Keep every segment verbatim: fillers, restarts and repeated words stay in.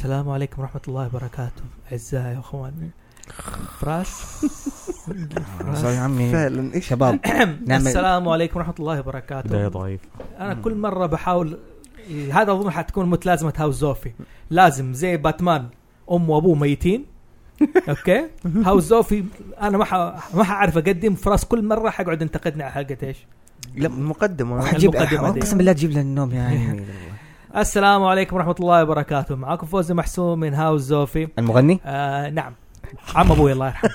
السلام عليكم ورحمة الله وبركاته. أعزائي يا أخواني فراس يا عمي فعلا إيش شباب السلام عليكم ورحمة الله وبركاته. بداية ضعيف. أنا كل مرة بحاول، هذا أظن حتكون متلازمة هاوس زوفي، لازم زي باتمان أم وأبوه ميتين أوكي هاوس زوفي أنا ما ح... ما حعرف أقدم. فراس كل مرة حقعد انتقدني على حلقة إيش لا مقدمة حجيب قسم بالله تجيب لنا النوم يا عمي. السلام عليكم ورحمة الله وبركاته. معكم فوزي محسوم من هاوس زوفي المغني. آه نعم عم أبوي الله يرحمه.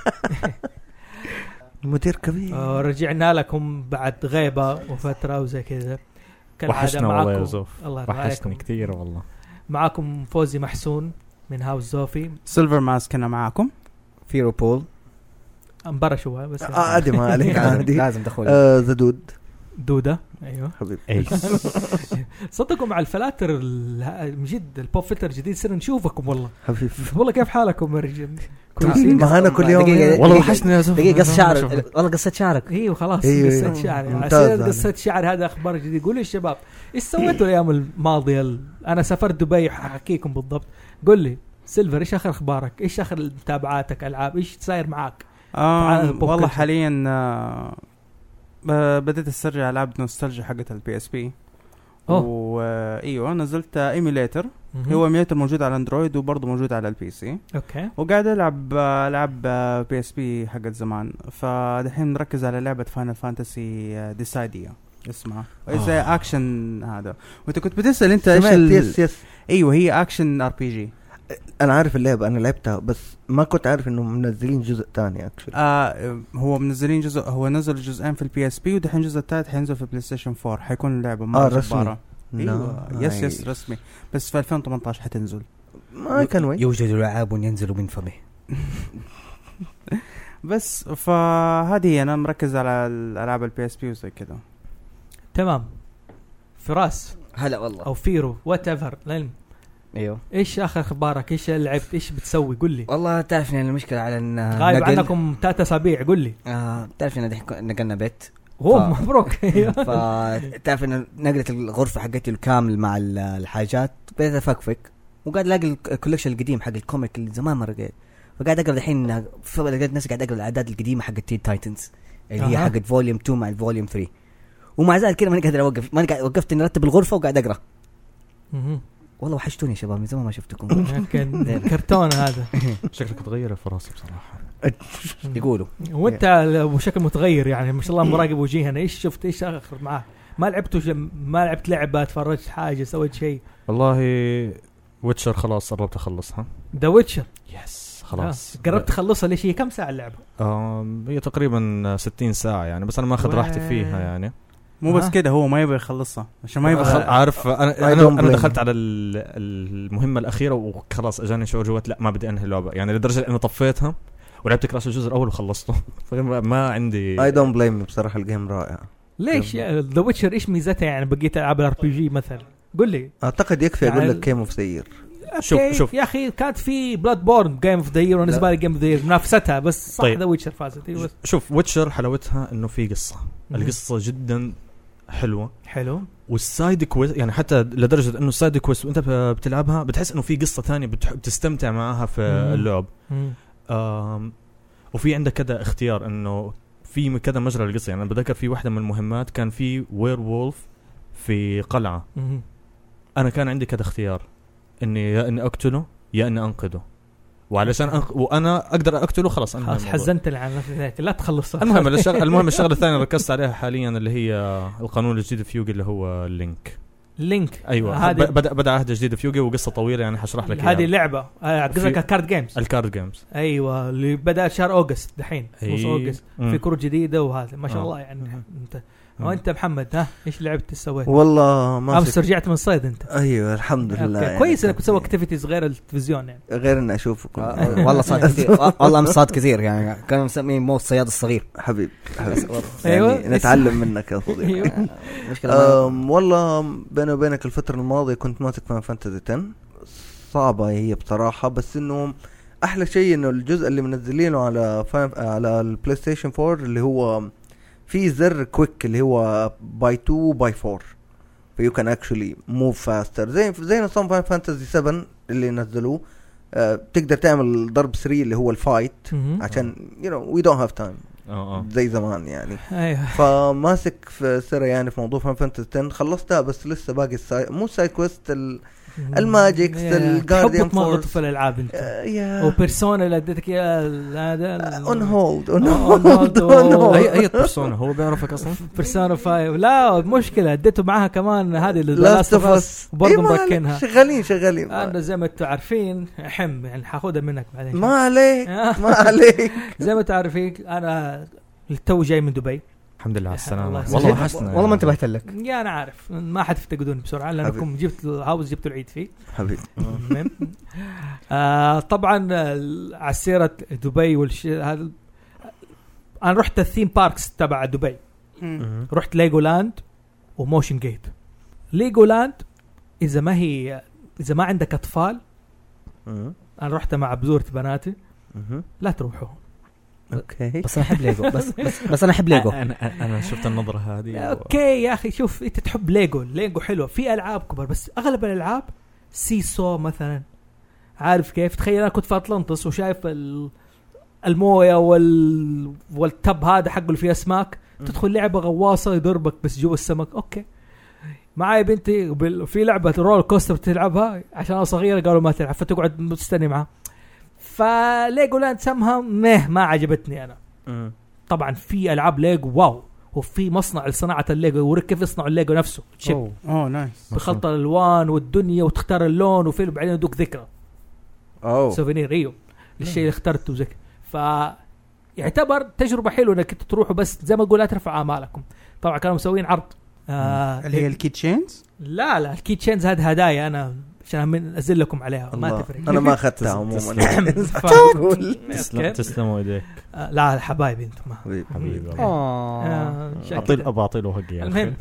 مدير كبير. آه رجعنا لكم بعد غيبة وفترة وزي كذا. وحشنا والله يا زوف. الله وحشتني كثير والله. معكم فوزي محسون من هاوس زوفي. سيلفر ماسك أنا معكم. فيرو بول انبرا شوها بس آه عادي ما عليك عادي لازم دخول آه زدود دودة. ايوه حبيبي. صدقوا مع الفلاتر من جد البوب فلتر جديد صرنا نشوفكم والله حبيبي. والله كيف حالكم يا رجال؟ كويسين. ما انا كل يوم والله وحشني يا زوف. دقيقة قصة شعرك والله قصة شعرك. ايوه خلاص أيوة قصة شعر عشان قصة شعر. هذا اخبار جديد. قولوا الشباب ايش سويتوا الايام الماضية ال... انا سافرت دبي ححكيكم بالضبط. قل لي سيلفر ايش اخر اخبارك؟ ايش اخر متابعاتك العاب؟ ايش صاير معاك؟ آه والله حاليا آه بديت استرجع العاب نوستالجيا حقت البي اس بي. وايوه نزلت ايميليتر. هو ايميليتر موجود على اندرويد وبرضه موجود على البي سي. اوكي. وقاعد العب العاب بي اس بي حقت زمان. فدحين نركز على لعبه فاينل فانتسي ديسايديا اسمها زي اكشن هذا. وانت كنت بتسال انت ايش ال... يس يس. ايوه هي اكشن ار بي جي. انا عارف اللعبه انا لعبتها بس ما كنت عارف انه منزلين جزء ثاني اكشلي. آه هو منزلين جزء. هو نزل جزئين في البي اس بي ودحين الجزء الثالث حينزل في بلاي ستيشن فور. حيكون اللعبه آه رسمي. ايوه يس يس رسمي بس في ألفين وثمانية عشر حتنزل. ما كان وين يوجد العاب ينزلوا من فمه. بس فهذه انا مركز على الالعاب البي اس بي وزي كذا. تمام. فراس هلا والله او فيرو وات ايفر العلم. ايوه ايش اخر اخبارك؟ ايش لعبت؟ ايش بتسوي؟ قل لي. والله تعرفني المشكله على ان غايب عنكم ثلاث اسابيع. قل لي. اه تعرفني دحين نقلنا بيت. هو ف... مبروك. فتعرف ان نقلت الغرفه حقتي الكامل مع الحاجات بديت افكفك وقاعد الاقي الكولكشن القديم حق الكوميك اللي زمان ما رقيت. فقاعد اقرا الحين لقيت ناس قاعد اقرا الاعداد القديمه حق تين تايتنز اللي هي حق فوليوم تو مع الفوليوم ثري. ومع ذلك كده ماني قادر اوقف. ماني قاعد وقفت اني ارتب الغرفه وقاعد اقرا. والله وحشتوني يا شباب من زمان ما شفتكم. كان كرتون هذا. شكلك تغير في راسي بصراحه. يقولوا وانت بشكل متغير يعني ما شاء الله مراقب وجهنا. ايش شفت؟ ايش اخر معاه؟ ما لعبتوا ما لعبت لعبه؟ تفرجت حاجه؟ سويت شيء؟ والله ويتشر خلاص قربت اخلصها. ذا ويتشر يس خلاص قربت تخلصها. ليش هي كم ساعه اللعبه؟ اه هي تقريبا ستين ساعه يعني بس انا ما اخذ راحتي فيها يعني. مو بس كده هو ما يبغى يخلصها عشان ما يبغى آه عارف انا انا, أنا دخلت على المهمه الاخيره وخلاص اجاني شعور جوات لا ما بدي انهي اللعبه يعني لدرجه انه طفيتها ولعبت كراش الجزء الاول وخلصته. فما عندي اي دونت بليم بصراحه الجيم رائع. ليش ذا ويتشر ايش ميزتها يعني بقيت العاب الار بي جي مثلا؟ قل لي. اعتقد يكفي يعني اقول لك جيم اوف ذا يير. شوف شوف يا اخي كانت في بلاد بورن جيم اوف ذا يير ونسبه لي جيم اوف ذا يير منافستها بس صح. ذا طيب. ويتشر فازت. شوف ويتشر حلاوتها انه في قصه. القصه جدا حلوه حلو. والسايد كويست يعني حتى لدرجه انه السايد كويست وانت بتلعبها بتحس انه في قصه تانية بتستمتع معها في مم. اللعب. آم وفي عندك كذا اختيار انه في كذا مجرى القصه يعني. انا بذكر في واحده من المهمات كان في وير وولف في قلعه. مم. انا كان عندي كذا اختيار اني يا اني اقتله يا اني انقذه. وعلشان أنق... وانا اقدر اقتله خلاص انا خلاص حزنت على نفسي لا تخلصها. المهم الشغله المهم الشغله الثانيه ركزت عليها حاليا اللي هي القانون الجديد في يوغي اللي هو لينك. لينك ايوه بدا بدا عهد جديد في يوغي وقصه طويله يعني حشرح لك هذه لعبه قصدك الكارد جيمز. الكارد جيمز ايوه اللي بدا شهر اوغست دحين نص اوغست في كروت جديده وهذا ما شاء آه. الله يعني. مم. انت وانت محمد ها ايش لعبت سويت؟ والله ما امس رجعت من الصيد انت. ايوه الحمد لله يعني كويس انك تسوي اكتيفيتيز غير التلفزيون يعني غير اني اشوفكم. آه والله صاد كثير والله امس صاد كثير يعني كانوا مسمين موت الصياد الصغير. حبيب حبيب ايوه يعني نتعلم منك يا صديقي. ايوه مشكله والله بيني وبينك الفتره الماضيه كنت ماسك فان فانتزي عشرة صعبه هي بصراحه. بس انه احلى شيء انه الجزء اللي منزلينه على على البلاي ستيشن فور اللي هو في زر كويك اللي هو باي تو باي فور فيو كان اكشولي موف فاستر زي زي نظام فان فانتزي سبعة اللي نزلوه آه بتقدر تعمل ضرب سري اللي هو الفايت عشان you know we don't have time اه زي زمان يعني. ايوه فماسك في سرة يعني في موضوع فان فانتسي عشرة خلصتها بس لسه باقي الساي... مو سايد كويست ال... الماجيكس الجارديان فورس في الالعاب انت يا وبيرسونا اللي اديتك اياها هذا اون هولد اون هولد اي اي بيرسونا هو بيعرفك اصلا بيرسونا فايف لا مشكله اديته معاها كمان هذه لاست اوف اس برضه مركنها شغالين شغالين انا زي ما انتم عارفين حم يعني حاخذها منك بعدين ما عليك ما عليك زي ما انتم عارفين انا التو جاي من دبي الحمد لله على السلامة. والله حسنا والله ما انتبهت لك. يا أنا عارف ما حتفتقدوني بسرعة لأنكم جبت الهاوس جبتوا العيد فيه حبيبي. آه طبعا على السيرة دبي والشيء هذا أنا رحت الثيم باركس تبع دبي. رحت ليجولاند وموشن جيت. ليجولاند إذا ما هي إذا ما عندك أطفال أنا رحت مع بزورة بناتي لا تروحوا. اوكي بس انا احب ليجو بس بس, بس انا احب ليجو. انا انا شفت النظره هذه اوكي يا اخي شوف انت تحب ليجو ليجو حلوه في العاب كبر بس اغلب الالعاب سيسو مثلا عارف كيف تخيل انا كنت في اطلنطس وشايف المويه وال والتب هذا حقه اللي فيه اسماك تدخل لعبه غواصه يضربك بس جوا السمك اوكي معايا بنتي في لعبه رول كوستر تلعبها عشان انا صغيره قالوا ما تلعب فتقعد مستني معاه فليجولاند سمها مه ما عجبتني أنا. م. طبعا في ألعاب ليجو واو وفي مصنع لصناعة الليجو يوريك كيف يصنعوا الليجو نفسه أوه. أوه نايس بخلط الألوان والدنيا وتختار اللون وفي بعدين يدوك ذكرى أوه سوفينير ريو للشيء اللي اخترته زي فيعتبر تجربة حلوة انك تروحوا بس زي ما اقول لا ترفع آمالكم. طبعا كانوا مسوين عرض آه اللي هي الكيت تشينز لا لا الكيت تشينز هذا هدايا أنا عشان انزل لكم عليها ما تفرق انا ما اخذتها عموما. تسلموا ايديك. لا حبايبي انتم ما حبيبي اه اعطيل اباطيله حقي. المهم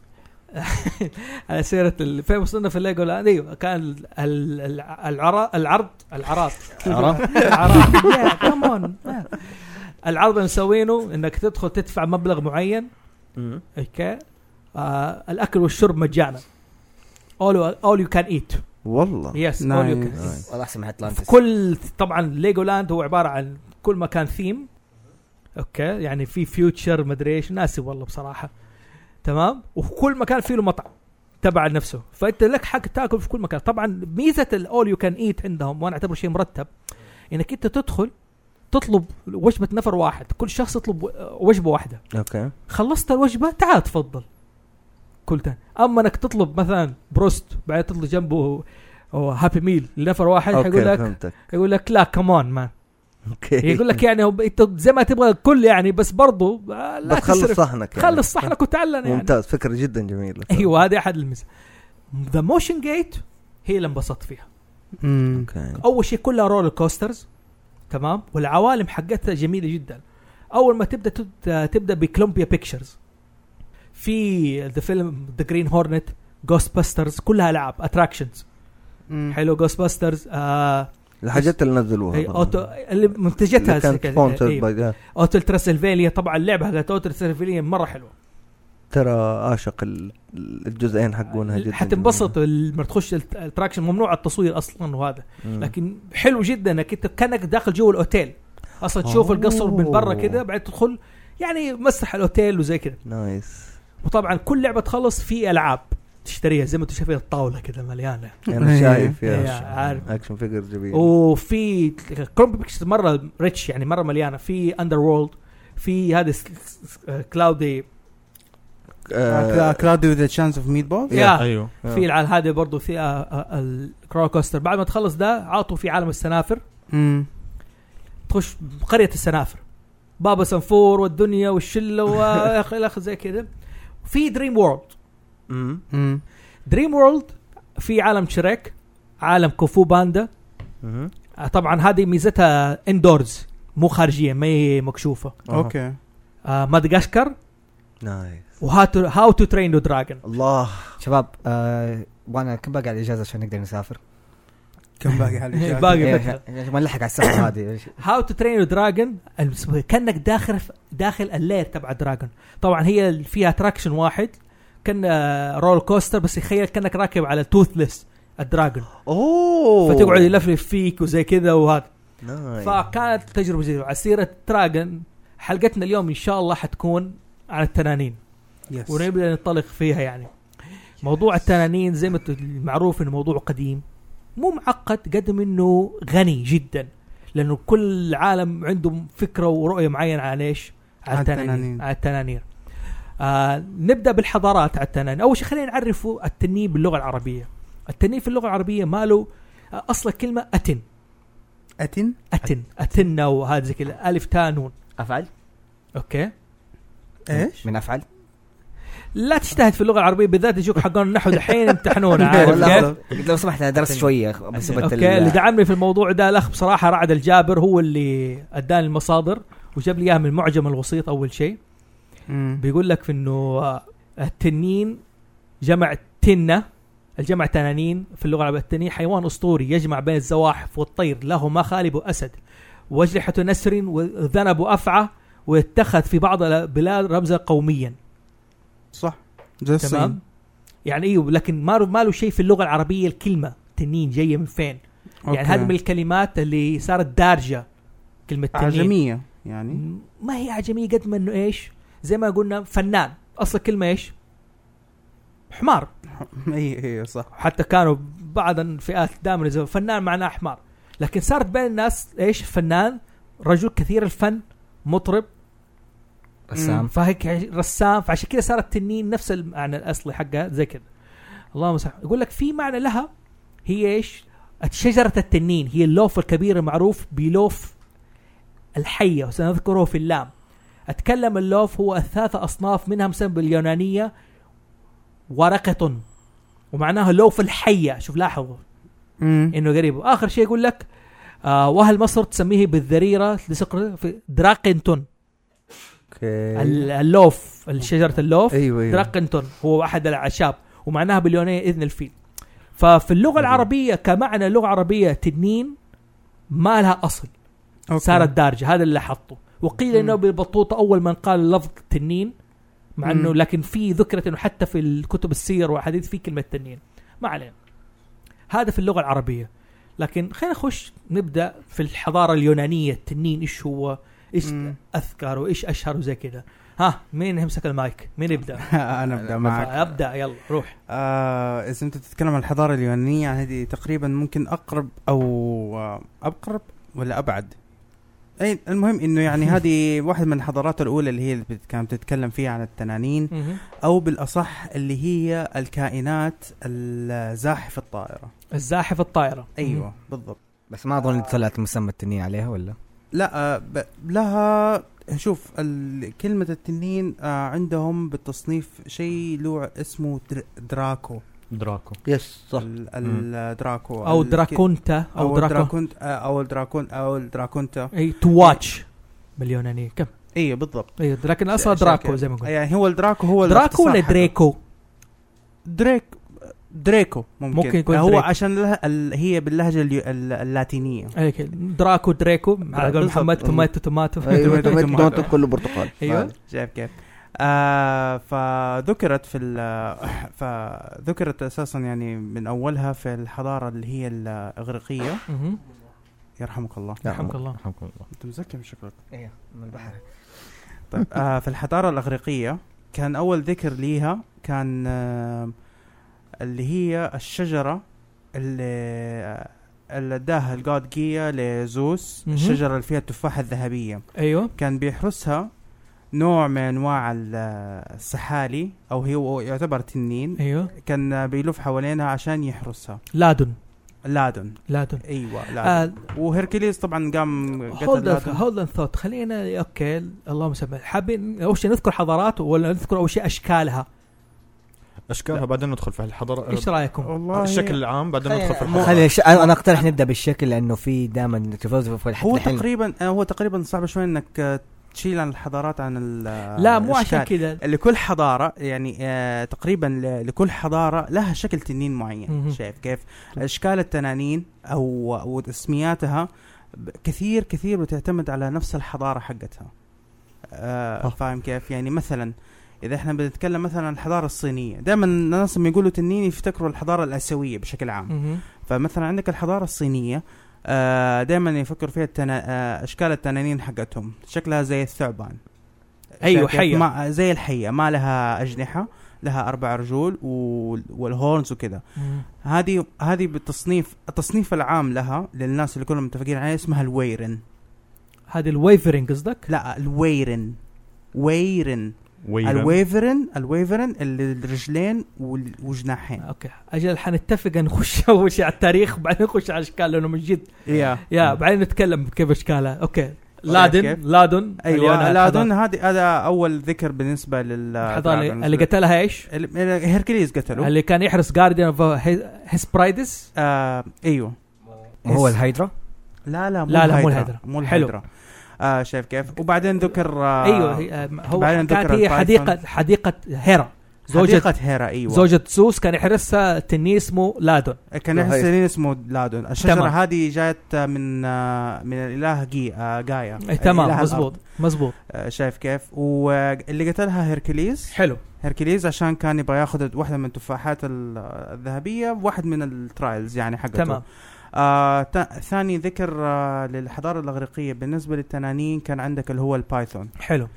على سيره فين وصلنا في الليجو ايوه كان العرض العرض العرض العرض يا كمون العرض مسوينه انك تدخل تدفع مبلغ معين اوكي الاكل والشرب مجانا all all you can eat والله يس والله احسن من اتلانتس. كل طبعا ليجولاند هو عباره عن كل مكان ثيم اوكي يعني في فيوتشر مدري ايش ناسي والله بصراحه تمام وكل مكان فيه له مطعم تبع نفسه فانت لك حق تاكل في كل مكان. طبعا ميزه الاول يو كان ايت عندهم وانا اعتبره شيء مرتب انك انت تدخل تطلب وجبه نفر واحد كل شخص يطلب وجبه واحده اوكي خلصت الوجبه تعال تفضل كل تاني. اما انك تطلب مثلا بروست بعد تطلب جنبه او هابي ميل لنفر واحد يقول لك فهمتك. يقول لك لا كمان مان اوكي يقول لك يعني انت زي ما تبغى الكل يعني بس برضو لا تخلص صحنك يعني. خلص صحنك وتعلن يعني ممتاز فكرة جدا جميلة. ايوه هذه احد الميزات. ذا موشن جيت هي اللي انبسطت فيها. اوكي اول شيء كلها رولر كوسترز تمام والعوالم حقتها جميلة جدا. اول ما تبدا تبدا بكولومبيا بيكتشرز في ذا فيلم ذا جرين هورنت جوست باسترز كلها العاب اتراكشنز حلو جوست باسترز آه الحاجات اللي نزلوها اوتو اللي منتجتها أيوه. اوتو تراسلفيليا طبعا اللعبه حقت اوتو تراسلفيليا مره حلوه ترى عاشق الجزئين حقونها جدا حتنبسط لما تخش الاتراكشن ممنوع التصوير اصلا وهذا مم. لكن حلو جدا انك انت كانك داخل جوه الاوتيل اصلا تشوف القصر من برا كده بعد تدخل يعني مسرح الاوتيل وزي كده نايس. وطبعا كل لعبه تخلص في العاب تشتريها زي ما انتم شايفين الطاوله كده مليانه انا شايف يا عارف اكشن فيجر جميل وفي كرومبي بيكس مره ريتش يعني مره مليانه في اندر وورلد في هذا كلاودي كلاودي وذ تشانس اوف ميت بول ايوه في العالم هذا برضه في الكرو كوستر بعد ما تخلص ده عاطوا في عالم السنافر امم تخش قريه السنافر بابا سنفور والدنيا والشله واخ الاخ زي كده. في دريم وورلد امم دريم وورلد في عالم شريك عالم كوفو باندا امم طبعا هذه ميزتها اندورز مو خارجيه ما هي مكشوفه اوكي آه مادغاشكر نايس وهاتو هاو تو ترين ذا دراجون. الله شباب آه وانا كم باقي على الاجازه عشان نقدر نسافر كم باقي على الاجازه باقي ما نلحق على السفره هذه هاو تو ترين ذا دراجون كانك داخل داخل اللير تبع دراجون. طبعا هي فيها اتراكشن واحد كان رول كوستر بس يخيل كانك راكب على توثلس الدراجون اوه فتقعد يلفلف فيك وزي كذا وهذا. ناي. فكانت تجربة جديدة. على سيرة دراجون حلقتنا اليوم إن شاء الله حتكون عن التنانين يس. ونبدأ ننطلق فيها. يعني موضوع التنانين زي ما معروف إنه موضوع قديم مو معقد قد منه غني جدا لأنه كل عالم عنده فكرة ورؤية معينة عن إيش على التنانين. على التنانين. آه نبدأ بالحضارات على التنانين. أول شيء خلينا نعرفوا التنين باللغة العربية. التنين في اللغة العربية ماله آه أصل كلمة أتن أتن أتن أتن وهذا زي كذا ألف تاء نون أفعل. أوكي إيش من أفعل. لا تجتهد في اللغة العربية بالذات يجوك حقون النحو دحين امتحنونا عارف كيف. لو سمحت أنا درست شوية بس اوكي اللي دعمني في الموضوع ده الاخ بصراحة رعد الجابر هو اللي اداني المصادر وجاب لي اياها من المعجم الوسيط. اول شيء بيقول لك في انه التنين جمع تنة الجمع تنانين في اللغة العربية. التنين حيوان اسطوري يجمع بين الزواحف والطير له مخالب اسد واجنحة نسر وذنب افعى ويتخذ في بعض البلاد رمزا قوميا. صح تمام يعني ايوه لكن ما ما له شيء في اللغة العربية. الكلمة تنين جاية من فين؟ أوكي. يعني هذه من الكلمات اللي صارت دارجة. كلمة تنين عجمية يعني ما هي عجمية قد ما انه ايش زي ما قلنا فنان. اصل كلمة ايش حمار. اي اي صح. حتى كانوا بعض الفئات دائما زي فنان معناه حمار لكن صارت بين الناس ايش فنان رجل كثير الفن مطرب رسام فهيك رسام. فعشان كده صارت تنين نفس المعنى الأصلي حقها زي كده. اللهم صل. يقول لك في معنى لها هي إيش شجرة التنين هي اللوف الكبير المعروف بلوف الحية وسنذكره في اللام. أتكلم اللوف هو الثلاثة أصناف منها مسمى باليونانية ورقة ومعناها لوف الحية. شوف لاحظوا إنه قريب. آخر شيء يقول لك آه وأهل مصر تسميه بالذريرة في دراقنتون. اللوف الشجرة اللوف أيوة أيوة. دراقنتون هو أحد الأعشاب ومعناها باليونانية إذن الفيل. ففي اللغة العربية كمعنى اللغة العربية تنين ما لها أصل. أوكي. صارت دارجة هذا اللي حطه. وقيل إنه بالبطوطة أول من قال لفظ تنين مع إنه لكن في ذكرة إنه حتى في الكتب السير وحديث في كلمة تنين. ما علينا هذا في اللغة العربية. لكن خلينا نخش نبدأ في الحضارة اليونانية. التنين إيش هو إيش أذكر وإيش أشهر وزي كده. ها مين يمسك المايك مين يبدأ؟ أنا أبدأ معك. أبدأ يلا روح. آه إذا أنت تتكلم عن الحضارة اليونانية هذه تقريبا ممكن أقرب أو أقرب ولا أبعد. أي المهم إنه يعني هذه واحدة من الحضارات الأولى اللي هي كانت تتكلم فيها عن التنانين أو بالأصح اللي هي الكائنات الزاحف الطائرة. الزاحف الطائرة أيوة بالضبط. بس ما أظن طلعت مسمى التنين عليها ولا لا ب... لها شوف كلمة التنين آه عندهم بالتصنيف شيء له اسمه در... دراكو دراكو يس صح الدراكو أو دراكونتا أو دراكونت أو الدراكون أو الدراكونتا أي تو واتش باليونانية كم أيه بالضبط. أيه لكن أصلا دراكو زي ما قلت يعني هو الدراكو هو دراكو ولا دريكو دريك دريكو ممكن, ممكن يكون هو دريكو. عشان ال... ال... هي باللهجة اللاتينية أيه دراكو دريكو على قول محمد توماتو توماتو توماتو كله برتقال. أيوة شايف كيف. آه فذكرت في فذكرت أساسا يعني من أولها في الحضارة اللي هي الإغريقية. يرحمك الله. يرحمك الله. يرحمك الله. أنت مذكر بشكلك. إيه من البحر. طيب آه في الحضارة الإغريقية كان أول ذكر ليها كان آه اللي هي الشجرة اللي اللي اداها الجود جيا لزوس. الشجرة اللي فيها التفاحة الذهبية. أيوة. كان بيحرسها نوع من انواع السحالي او هو يعتبر تنين. ايوه كان بيلف حوالينها عشان يحرسها. لادن لادن لادن ايوه لادن. آه وهيركليس طبعا قام قتل لادن. هولدن ثوت خلينا اوكي اللهم سمح. حابين اول شيء نذكر حضارات ولا نذكر اول شيء اشكالها اشكالها بعدين ندخل في الحضاره. ايش رايكم الشكل العام بعدين ندخل في الحضاره. خلي ش... انا اقترح نبدا بالشكل لانه في دائما تفوز في هو تقريبا هو تقريبا صعب شوي انك تشيل عن الحضارات عن لا مو عشان كذا. لكل حضارة يعني آه تقريبا لكل حضارة لها شكل تنين معين. م-م. شايف كيف أشكال التنانين أو, أو اسمياتها كثير كثير بتعتمد على نفس الحضارة حقتها. آه فاهم كيف يعني مثلا اذا احنا بنتكلم مثلا عن الحضاره الصينيه، دائما الناس لما يقولوا تنين يفتكروا الحضاره الاسيويه بشكل عام. مهم. فمثلا عندك الحضاره الصينيه آه دائما يفكر فيها التنا... آه اشكال التنانين حقتهم شكلها زي الثعبان. ايوه حيه ما زي الحيه، ما لها اجنحه، لها اربع رجول والهورنز وكذا. هذه هذه بالتصنيف التصنيف العام لها للناس اللي كلهم متفقين عليه اسمها الويرن. هذه الويفرين قصدك؟ لا الويرن ويرن الويفرن الويفرن اللي الرجلين وجناحين. اوكي اجل حنتفق نخش اول شيء على التاريخ وبعدين نخش على اشكال لانه من جد يا يا بعدين نتكلم كيف اشكالها. اوكي لادن كيف؟ لادن ايوه لادن هذه هذا اول ذكر بالنسبه للحضاره اللي قتلها ايش؟ هيركليز قتله اللي كان يحرس جارديان اوف هيسبرايدس. آه ايوه هو الهيدرا. لا لا مو لا لا الهيدرا. مو الهيدرا مو الهيدرا. آه شايف كيف. وبعدين ذكر آه ايوه هو كانت هي حديقه حديقه هيرا زوجة هيرا. ايوه زوجة زوس كان يحرسها تنين اسمه لادون. كان يحرس تنين اسمه لادون. الشجره هذه جاءت من آه من الاله جي آه جايا. تمام مزبوط مزبوط. آه شايف كيف. واللي قتلها هيركليز. حلو. هيركليز عشان كان يبغى ياخذ واحده من التفاحات الذهبيه بواحد من الترايلز يعني حقته. تمام. آه ثاني ذكر آه للحضاره الاغريقيه بالنسبه للتنانين كان عندك اللي هو البايثون. حلو.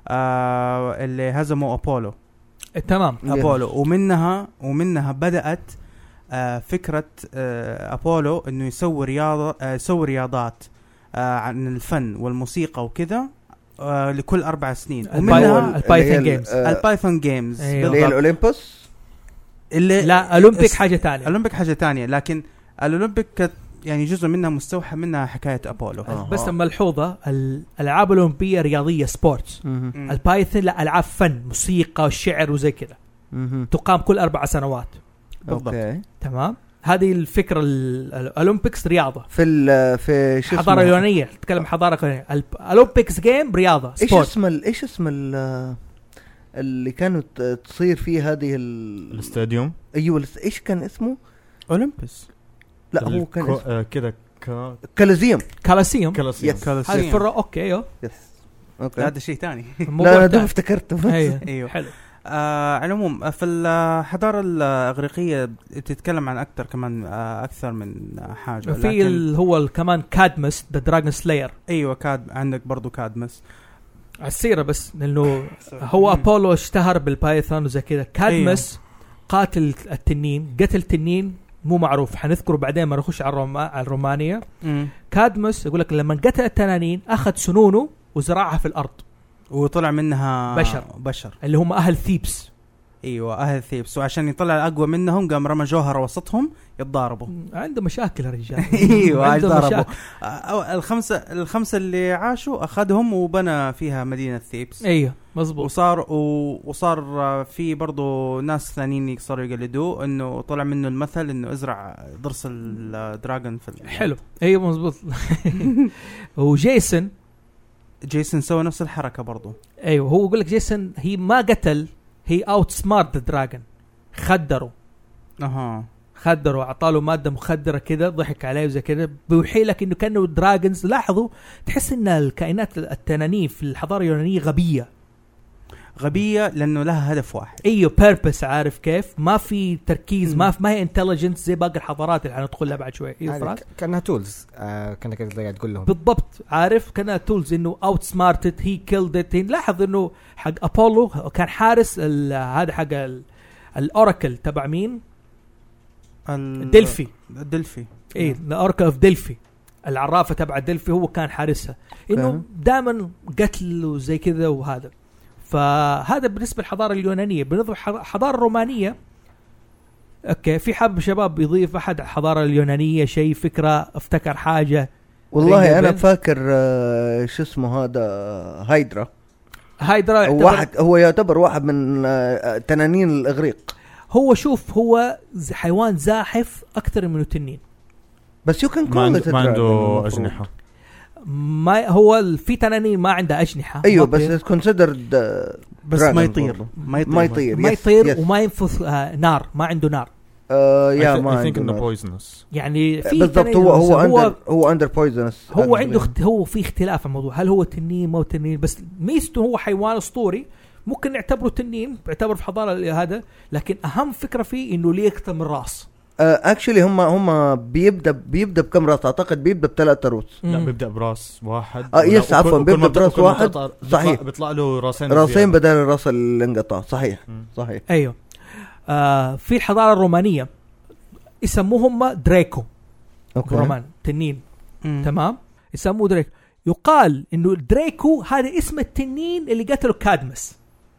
آه اللي هزموا ابولو. تمام. أبولو ومنها ومنها بدأت آه فكرة آه أبولو إنه يسوي رياضة آه يسوي رياضات آه عن الفن والموسيقى وكذا آه لكل أربع سنين. ومنها البايثون جيمز. البايثون جيمز اللي هي الأولمبوس. اللي لا أولمبيك حاجة تانية. أولمبيك حاجة تانية لكن الأولمبيك كانت يعني جزء منها مستوحى منها حكاية أبولو. آه. بس ملحوظة الألعاب الأولمبية رياضية سبورتس. البايثون لا ألعاب فن موسيقى وشعر وزي كذا. تقام كل أربع سنوات. بالضبط. تمام. هذه الفكرة الأولمبيكس رياضة. في ال في شو حضارة يونانية. تتكلم حضارة يونانية. الأولمبيكس جيم رياضة. إيش اسم ال إيش اسم ال اللي كانت تصير فيه هذه الاستاديوم؟ أيوة إيش كان اسمه؟ أولمبس. لا هو كان كو... آه كده ك... كاليزيوم. كاليزيوم. كاليزيوم. هذه فرة أوكي أيوه. يس. أوكي. هذا شيء ثاني. لا أنا ده افتكرته. أيوه. حلو. آه على العموم في الحضارة الإغريقية تتكلم عن أكثر كمان آه أكثر من حاجة. في ال هو كمان كادمس ذا دراجون سلاير. أيوة كاد عندك برضو كادمس. السيرة بس لأنه هو أبولو اشتهر بالبايثون وزي كذا. كادمس أيوة. قاتل التنين قتل التنين مو معروف حنذكره بعدين ما نخش على الروما على الرومانية. مم. كادمس يقول لك لما قتل التنانين أخذ سنونه وزرعها في الأرض وطلع منها بشر بشر اللي هم أهل ثيبس. ايوه اهل ثيبس وعشان يطلع اقوى منهم قام رمى جوهر وسطهم يتضاربوا. عنده مشاكل الرجال. ايوه يتضاربوا. الخمسه الخمسه اللي عاشوا اخذهم وبنى فيها مدينه ثيبس. ايوه مزبوط. وصار وصار في برضو ناس ثانيين صاروا يقلدوه انه طلع منه المثل انه ازرع ضرس الدراجون في حلو. ايوه مزبوط. وجيسون جيسون سوى نفس الحركه برضو. ايوه هو يقول لك جيسون هي ما قتل هي اوت سمارت دراجون خدره. اها خدره اعطاله ماده مخدره كده ضحك عليه وزي كده بيوحي لك انه كانه دراجونز. لاحظوا تحس ان الكائنات التنانين في الحضاره اليونانيه غبيه غبيه لانه لها هدف واحد. ايوه بيربس عارف كيف ما في تركيز. م. ما في ما هي انتليجنس زي باقي الحضارات اللي حندخل لها بعد شوي. ايوه يعني كانها تولز. آه كانك قاعد تقول لهم بالضبط عارف كانها تولز انه اوت سمارتد هي كيلد ات. لاحظ انه حق ابولو كان حارس هذا حق الاوراكل تبع مين الدلفي الدلفي ايه الاوراكل اوف دلفي العرافه تبع دلفي هو كان حارسها انه دائما قتل وزي كذا وهذا. فهذا بالنسبه للحضاره اليونانيه. بالنسبه للحضاره الرومانيه اوكي في حب شباب يضيف احد الحضاره اليونانيه شيء فكره افتكر حاجه. والله انا فاكر آه شو اسمه هذا هايدرا. هايدرا واحد هو يعتبر واحد من آه تنانين الاغريق. هو شوف هو حيوان زاحف اكثر منه تنين بس يمكن ما عنده, ما عنده اجنحه. ما هو في تنانين ما عنده اجنحه. ايوه بس كونسيدرد بس ما يطير ما يطير ما يطير, ما يطير وما ينفث آه نار. ما عنده نار. آه يا ما عنده انه بويزنس يعني في بالضبط. هو هو اندر هو اندر بويزنس. هو عنده اخت... هو في اختلاف في الموضوع هل هو تنين ما هو تنين. بس ميزته هو حيوان اسطوري ممكن نعتبره تنين، بيعتبر في حضاره هذا، لكن اهم فكره فيه انه ليه اكثر من راس. اكشلي هم هم بيبدا بيبدا بكم راس؟ اعتقد بيبدا بثلاث رؤوس. لا بيبدا براس واحد. اه يس عفوا بيبدا براس واحد صحيح، بيطلع له راسين راسين بدل الراس اللي انقطع صحيح مم. صحيح ايوه. آه في الحضاره الرومانيه يسموهم دريكو. اوكي رومان تنين مم. تمام، يسموه دريكو. يقال انه دريكو هذا اسم التنين اللي قتله كادمس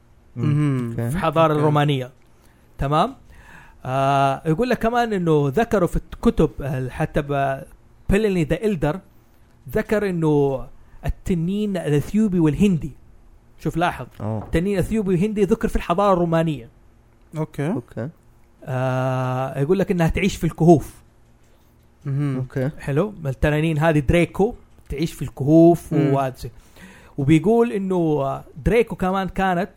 في الحضاره أوكي. الرومانيه تمام. آه يقول لك كمان انه ذكروا في الكتب حتى بليني ذا إلدر ذكر انه التنين الاثيوبي والهندي، شوف لاحظ أوه. التنين الاثيوبي والهندي ذكر في الحضاره الرومانيه. اوكي اوكي آه يقول لك انها تعيش في الكهوف. مهم. اوكي حلو. التنانين هذه دريكو تعيش في الكهوف وهذا. وبيقول انه دريكو كمان كانت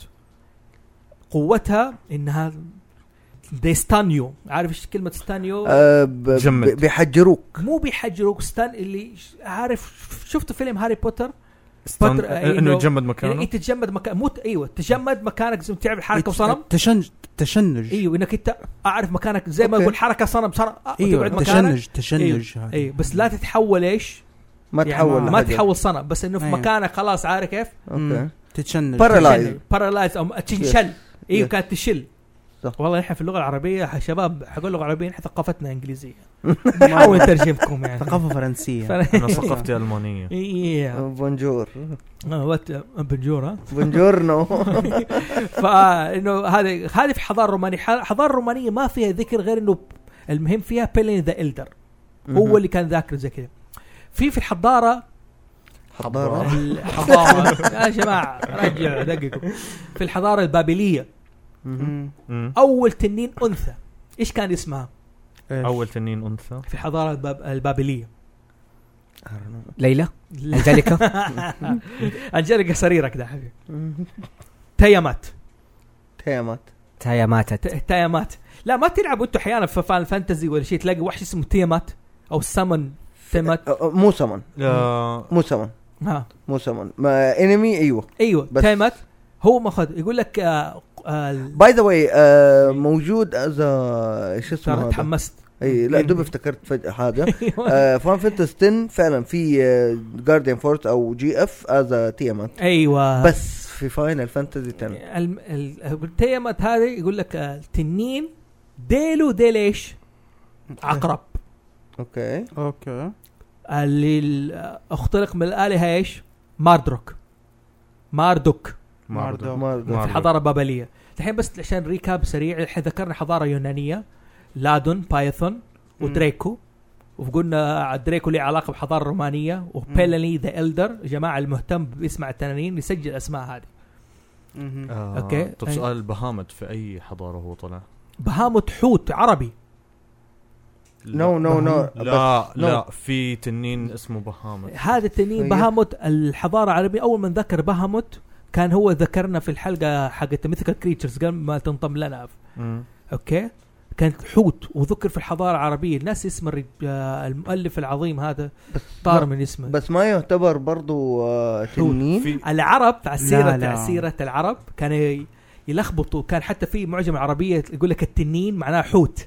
قوتها انها ديستانيو. عارف ايش كلمه ستانيو؟ أه ب... ب... بيحجروك. مو بيحجروك، ستان اللي عارف شفت فيلم هاري بوتر ستان... انه يتجمد مكانه. يعني انت تتجمد مكان موت. ايوه تتجمد مكانك زي ما تعمل حركه وصنم. تشنج تشنج ايوه انك انت اعرف مكانك زي ما أوكي. اقول حركه صنم صنم ايوه تشنج تشنج ايوه. أيوه. بس لا تتحول ايش ما يعني تحول ما تحول صنم، بس انه في أيوه. مكانك خلاص عارف كيف. اوكي تتشنج بارالايز بارالايز او تنشل. ايوه yes. كانت تشل صح. والله احنا في اللغه العربيه يا شباب حقول اللغه العربيه احنا ثقافتنا انجليزيه نحاول نترجمكم يعني ثقافه فرنسيه. انا ثقافتي المانيه. ايه بونجور وات بنجور ها بونجورنو. فانه هذه هذه في الحضاره الرومانيه. الحضاره الرومانيه ما فيها ذكر غير انه المهم فيها بيلين ذا إلدر هو اللي كان ذاكر زي كذا. في في الحضاره حضاره الحضاره يا جماعه رجعوا دققوا في الحضاره البابليه. اول تنين انثى ايش كان اسمها؟ اول تنين انثى في الحضاره الباب... البابليه ليلى أنجليكا. أنجليكا سريرة كده حبيبي. تيامات تيامات تايا ماتت. تيامات. لا ما تلعبوا انتوا احيانا في فان فانتزي ولا شيء تلاقي وحش اسمه تيامات او سمن تيامات. مو سمن لا مو سمن ها مو سمن ما انمي. ايوه ايوه تيامات هو ماخذ يقول لك باي ذا واي موجود از ايش اسمه هذا. تحمست اي لا دوب افتكرت فجأة حاجه. فان فانتسي عشرة فعلا في جارديان فورس او جي اف از تيامات. ايوه بس في فاينل فانتسي عشرة التيامات هذه يقول لك التنين ديلو ديل ايش عقرب. اوكي اوكي اللي اخترق من الآلهة ايش ماردروك ماردوك ماردوك في الحضارة البابلية. الحين بس عشان ريكاب سريع الحين ذكرنا حضارة يونانية لادون بايثون ودريكو وقلنا دريكو له علاقة بحضارة رومانية وبيليني ذا إلدر جماعة المهتم باسمع التنانين يسجل اسماء هذه. آه اوكي طب سؤال بهامت في اي حضارة هو طلع؟ بهامت حوت عربي. نو نو نو لا لا في تنين اسمه بهامت. هذا التنين بهامت الحضارة العربية أول من ذكر بهامت كان هو ذكرنا في الحلقة حقت مثل كريتشرز قبل ما تنضم لنا. اوكي كانت حوت وذكر في الحضارة العربية. الناس اسم الرج... المؤلف العظيم هذا طار من اسمه بس ما يعتبر برضو آه تنين في... العرب عسيرة عسيرة العرب كان يلخبطوا. كان حتى في معجم العربية يقول لك التنين معناه حوت.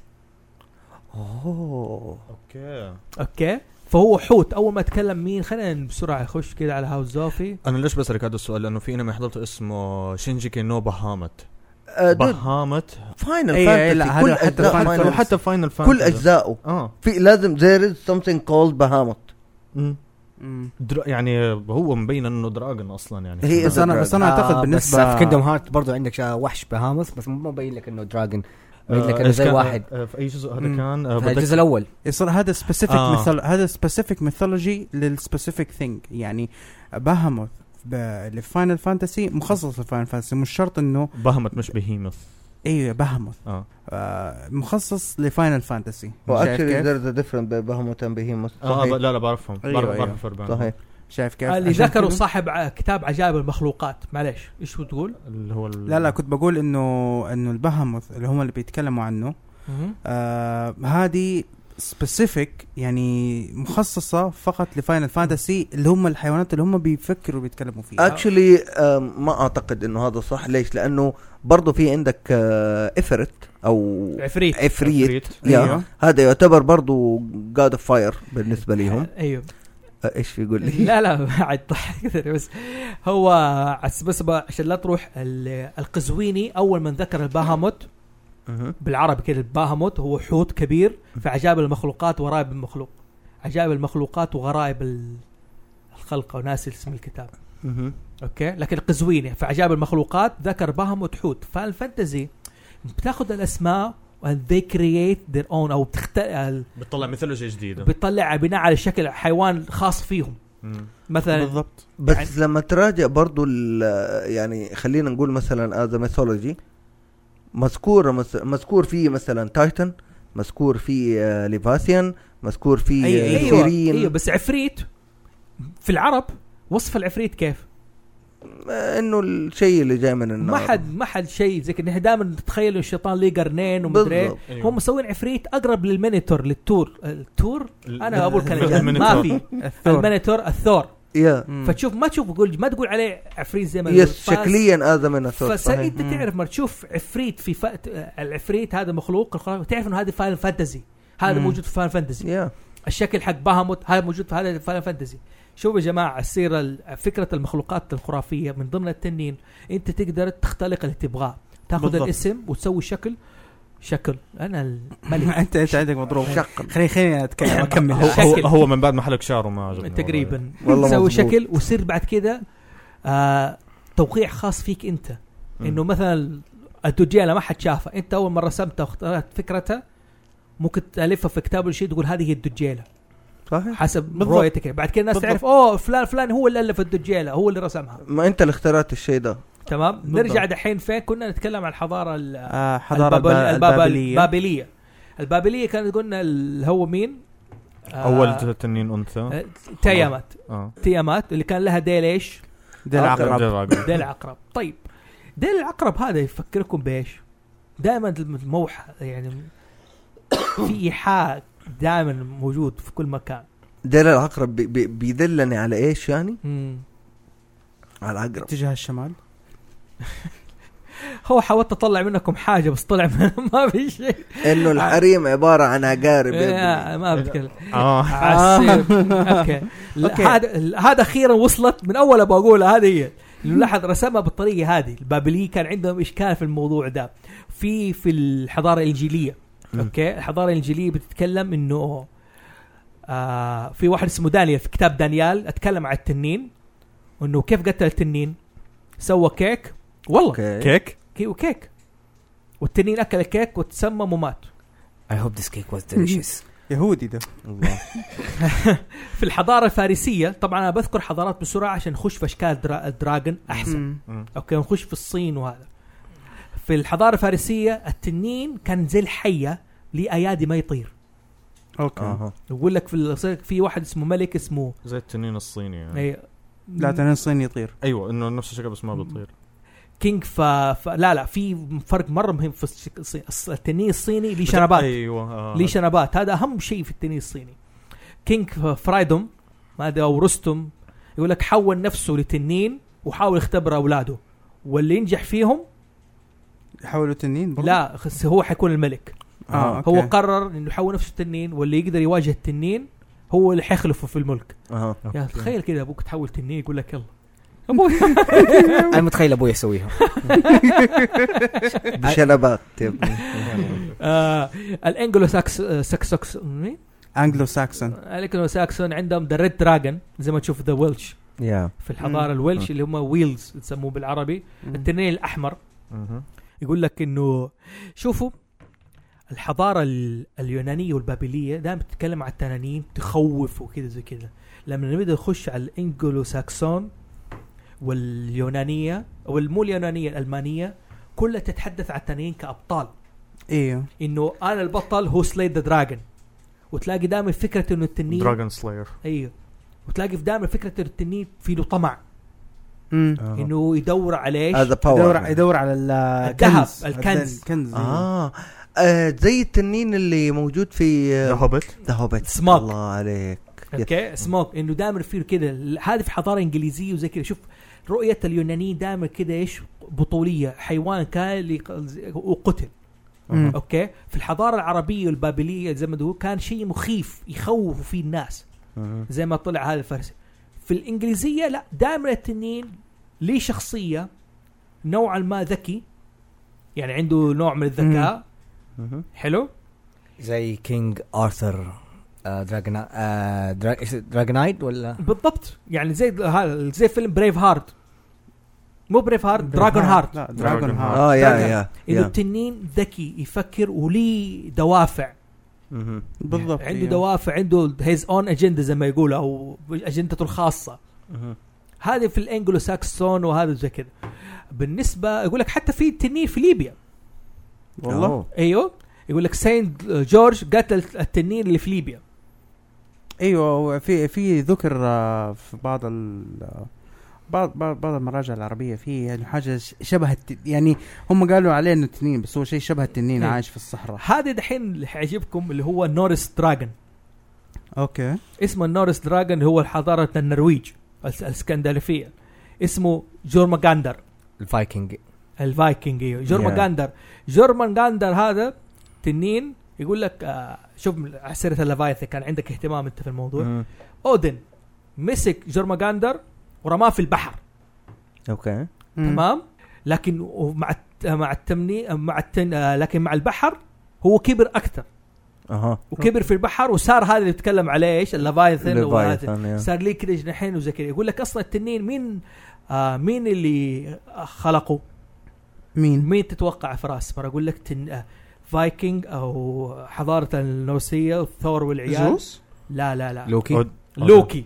اوه اوكي اوكي فهو حوت. اول ما اتكلم مين خلينا بسرعه نخش كده على هاوس زوفي. انا ليش بسالك هذا السؤال لانه في انا ما حضرته اسمه شينجيكي نو بهامت. أه بهامت فاينل أيه فانتسي كل حتى أجزاء حتى فاينل فانتسي كل اجزائه اه في لازم there is something called بهامت. در... يعني هو مبين انه دراجون اصلا يعني. هي بس انا بس انا اعتقد آه بالنسبه بس في كيندوم هارت برضو عندك وحش بهامس بس مو مبين لك انه دراجون بين لك انه زي واحد آه في اي جزء هذا كان آه في الجزء الاول يصير هذا سبيسيفيك آه. مثل هذا سبيسيفيك ميثولوجي للسبيسيفيك ثينج. يعني بهاموث لفاينل فانتسي مخصص لفاينل فانتسي مش شرط انه بهامت مش بهيمث. ايوه بهاموث آه. آه مخصص لفاينل فانتسي. واكشلي ذير ذا ديفرنت بين بهاموت وبهيموث. اه لا لا بعرفهم أيوة بعرف أيوة. بعرف فرق صحيح شايف كيف اللي ذكروا صاحب كتاب عجائب المخلوقات. معليش ايش هو تقول اللي هو ال... لا لا كنت بقول انه انه البهاموث اللي هم اللي بيتكلموا عنه آه هذه سبيسيفيك يعني مخصصة فقط لفاينل فانتسي اللي هم الحيوانات اللي هم بيفكروا بيتكلموا فيها. اكشلي ما اعتقد انه هذا صح. ليش؟ لانه برضو في عندك افرت او عفريت عفريت أيوه. هذا يعتبر برضو جاد اوف فاير بالنسبه ليهم. ايوه ايش في يقول لي؟ لا لا عاد ضحك بس هو بس عشان لا تروح القزويني اول من ذكر الباهاموت بالعربي كده. الباهاموت هو حوت كبير في عجائب المخلوقات وغرائب المخلوق. عجائب المخلوقات وغرائب الخلق وناس اسم الكتاب. اوكي لكن القزويني في عجائب المخلوقات ذكر باهاموت حوت. فالفانتزي بتاخذ الاسماء and they create their own او بتختار بتطلع ميثولوجيا جديده بتطلع بناء على شكل حيوان خاص فيهم. مم. مثلا بالضبط. بس يعني لما تراجع برضو يعني خلينا نقول مثلا هذا ميثولوجي مذكور مذكور فيه مثلا تايتن، مذكور فيه ليفاسيان، مذكور فيه أيوة أيوة, ايوه بس عفريت في العرب وصف العفريت كيف؟ انه الشيء اللي جاي من النار. ما حد ما حد شيء زي كده. دائما نتخيل الشيطان ليه قرنين ومدري ايه. أيوة. هم مسوين عفريت اقرب للمينيتور للتور. التور انا اقول كلمه ما في المينيتور الثور. يا فتشوف ما تشوف تقول ما تقول عليه عفريت زي ما يس شكليا هذا من الثور. فانت تعرف ما تشوف عفريت في ف... العفريت هذا مخلوق تعرف انه هذا فاينل فانتزي. هذا مم. موجود في فاينل فانتزي. yeah. الشكل حق باهاموت هذا موجود في هذا فاينل فانتزي. شوفوا يا جماعه السيره فكره المخلوقات الخرافيه من ضمن التنين انت تقدر تختلق اللي تبغاه. تاخذ الاسم وتسوي شكل شكل انا الملك. انت انت عندك مضروب شكل. خليني خليني اتكلم اكمل. هو, هو من بعد ما حلق شعره ما عجبني تقريبا. تسوي شكل وصير بعد كده آه توقيع خاص فيك انت. انه مثلا الدجاله ما حد شافها انت اول مره رسمتها واخترت فكرتها ممكن تالفها في كتاب الشيء تقول هذه هي الدجاله صحيح حسب رؤيتك. بعد كده الناس تعرف اوه فلان فلان هو اللي الف الدجاله هو اللي رسمها. ما انت اللي اخترعت الشيء ده. تمام. نرجع دحين فين كنا نتكلم عن الحضاره آه حضاره البابل البابليه. البابليه البابليه كانت قلنا هو مين آه اول تنين انثى تيامات. آه. تيامات اللي كان لها ديل ايش؟ ديل العقرب. ديل العقرب. طيب ديل العقرب هذا يفكركم بايش؟ دائما الموحى يعني في إيحاء دائما موجود في كل مكان. ديل العقرب بي بي بيدلني على ايش يعني؟ مم. على العقرب اتجاه الشمال. هو حاولت اطلع منكم حاجه بس طلع ما في شيء. انه الحريم عباره عن عقارب. ما بتكلم. اه اوكي هذا هذا اخيرا وصلت من اول ابغى اقولها. هذه هي اللي لاحظ رسمها بالطريقه هذه. البابليين كان عندهم اشكال في الموضوع ده في في الحضاره الانجيليه. اوكي الحضاره الانجيليه بتتكلم انه آه في واحد اسمه دانيال في كتاب دانيال اتكلم عن التنين وانه كيف قتل التنين. سوى كيك والله كيك كي وكيك والتنين اكل الكيك وتسمم ومات. I hope this cake was delicious. يهودي ده. في الحضاره الفارسيه طبعا انا بذكر حضارات بسرعه عشان نخش في اشكال درا... الدراجون احسن. اوكي نخش في الصين وهذا. في الحضاره الفارسيه التنين كان زي الحيه ليه ايادي ما يطير. اوكي أه. يقول لك في في واحد اسمه ملك اسمه زي التنين الصيني يعني. أي... لا تنين الصيني يطير. ايوه انه نفس الشكل بس ما بيطير. كينج ف... ف... لا لا في فرق مره مهم في الص... التنين الصيني ليه شنبات. ايوه آه. ليه شنبات. هذا اهم شيء في التنين الصيني. كينج فرايدوم هذا او رستم يقول لك حول نفسه لتنين وحاول يختبر اولاده واللي ينجح فيهم يحولوا تنين برضو؟ لا هو حيكون الملك. آه. هو قرر انه يحول نفسه تنين واللي يقدر يواجه التنين هو اللي حيخلفه في الملك. أه. يا تخيل كده ابوك تحول تنين يقول لك يلا ابوي انا متخيل ابوي يسويها بشنبات. آه الانجلو ساكس ساكسوكس مين انجلو ساكسون. الانجلو ساكسون عندهم ذا ريد دراجون زي ما تشوف ذا ويلش في الحضاره الويلش اللي هم ويلز يسموه بالعربي. التنين الاحمر. يقول لك انه شوفوا الحضاره اليونانيه والبابليه دائما بتتكلم عن التنانين تخوف وكذا زي كذا. لما نبدا نخش على الانجلو ساكسون واليونانيه او المو اليونانيه الالمانيه كلها تتحدث عن التنانين كابطال. ايوه انه انا البطل هو سلايد ذا دراجون. وتلاقي دائما فكره انه التنين دراجون سلاير. ايوه وتلاقي في دائما فكره التنين في له طمع. امم انه يدور على ايش؟ هذا يدور يدور على الذهب الكنز. الكنز اه آه زي التنين اللي موجود في ذا هوبيت. ذا هوبيت. سموك. الله عليك. اوكي سموك انه دائما فيه كده. هذه في حضاره انجليزيه وزي كده. شوف رؤيه اليونانيين دائما كده ايش بطوليه، حيوان كان وقتل. مم. اوكي في الحضاره العربيه والبابليه زي ما تقول كان شيء مخيف يخوف فيه الناس مم. زي ما طلع هذا الفارسي. في الانجليزيه لا، دائما التنين ليه شخصيه نوعا ما ذكي، يعني عنده نوع من الذكاء. مم. حلو زي كينج آرثر آه دراجنا آه دراج دراجنايد ولا بالضبط، يعني زي هذا زي فيلم بريف هارت، مو بريف هارت، دراجون هارت. لا دراجون Dragon هارت. اه يا Dragon. يا انه يا. التنين ذكي يفكر وليه دوافع. مم. بالضبط. عنده إيه. دوافع، عنده هيز اون اجنده زي ما يقولوا، او اجندته الخاصه. مم. هذه في الانجلو ساكسون وهذا زي كده. بالنسبه يقول لك حتى في تنين في ليبيا. والله أوه. ايوه يقول لك سينت جورج قتل التنين اللي في ليبيا. ايوه في في ذكر آه، في بعض ال بعض بعض بعض المراجع العربيه في يعني حاجه ش- شبه الت... يعني هم قالوا عليه انه تنين، بس هو شيء شبه التنين إيه. عايش في الصحراء. هذا دحين اللي حيعجبكم اللي هو نورس دراجون. اوكي. اسمه النورس دراجون اللي هو حضاره النرويج الس- الاسكندنافيه. اسمه جورماغاندر الفايكنج. الفايكنج. ايوه جورماغاندر. جورماغاندر هذا تنين يقول لك آه شوف على سيره الليفايث كان عندك اهتمام انت في الموضوع. مم. اودن مسك جورماغاندر ورماه في البحر. اوكي. مم. تمام. لكن مع الت- مع التمني مع التن آه، لكن مع البحر هو كبر اكثر اها. وكبر في البحر وصار هذا اللي بيتكلم عليه ايش الليفايثن وهذا ليفايثن، يا. صار ليه كده جناحين وزي كده. يقول لك اصلا التنين مين آه مين اللي خلقه؟ مين؟ مين تتوقع فراس؟ مرة اقول لك تن آه فايكنج او حضاره النورسيه ثور والعيال. زوس. لا لا لا لوكي. لوكي.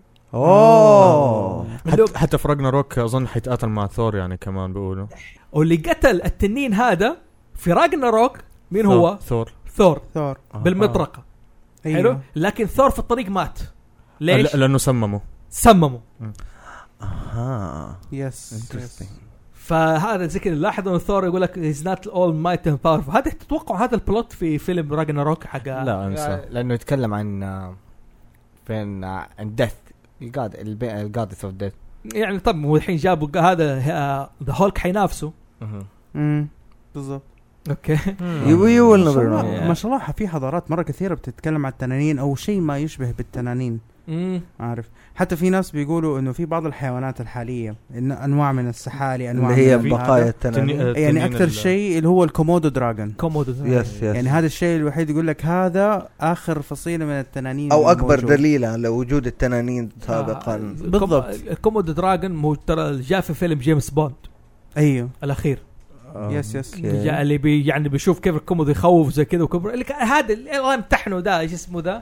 اوه. لوكي. حتى, حتى في راجناروك اظن حيتقاتل مع ثور يعني كمان بيقولوا. واللي قتل التنين هذا في راجناروك مين هو؟ ثور. ثور ثور. بالمطرقه. أيوه. حلو. لكن ثور في الطريق مات. ليش؟ ل- لانه سممه. سمموا. اها. يس. Interesting. فهذا زي كده لاحظوا ان ثور يقول لك هيز نوت اول مايت اند باورفul. هذا تتوقع هذا البلوت في فيلم راجناروك حق لا انسى. لانه يتكلم عن آه، فين آه، عن ديث الجاد الجادث اوف ديث. يعني طب هو الحين جابوا هذا ذا هولك حينافسه. امم بالضبط. اوكي. يو يو ويل ما شاء نيفر الله- ما شاء الله في حضارات مره كثيره بتتكلم عن التنانين او شيء ما يشبه بالتنانين. امم عارف حتى في ناس بيقولوا انه في بعض الحيوانات الحاليه إن انواع من السحالي انواع اللي هي من بقايا هذا. التنانين. تني- يعني تنين اكثر ال- شيء اللي هو الكومودو دراجون. كومودو. يس يس. يعني هذا الشيء الوحيد يقول لك هذا اخر فصيله من التنانين او اكبر الموجود. دليل على وجود التنانين سابقا. بالضبط. كومودو دراجون مو ترى جاء في فيلم جيمس بوند ايوه الاخير. يس يس. أوكي. جاء اللي بي يعني بيشوف كيف الكومودو يخوف زي كده وكبر اللي كان هذا اللي الله امتحنه ده ايش اسمه ده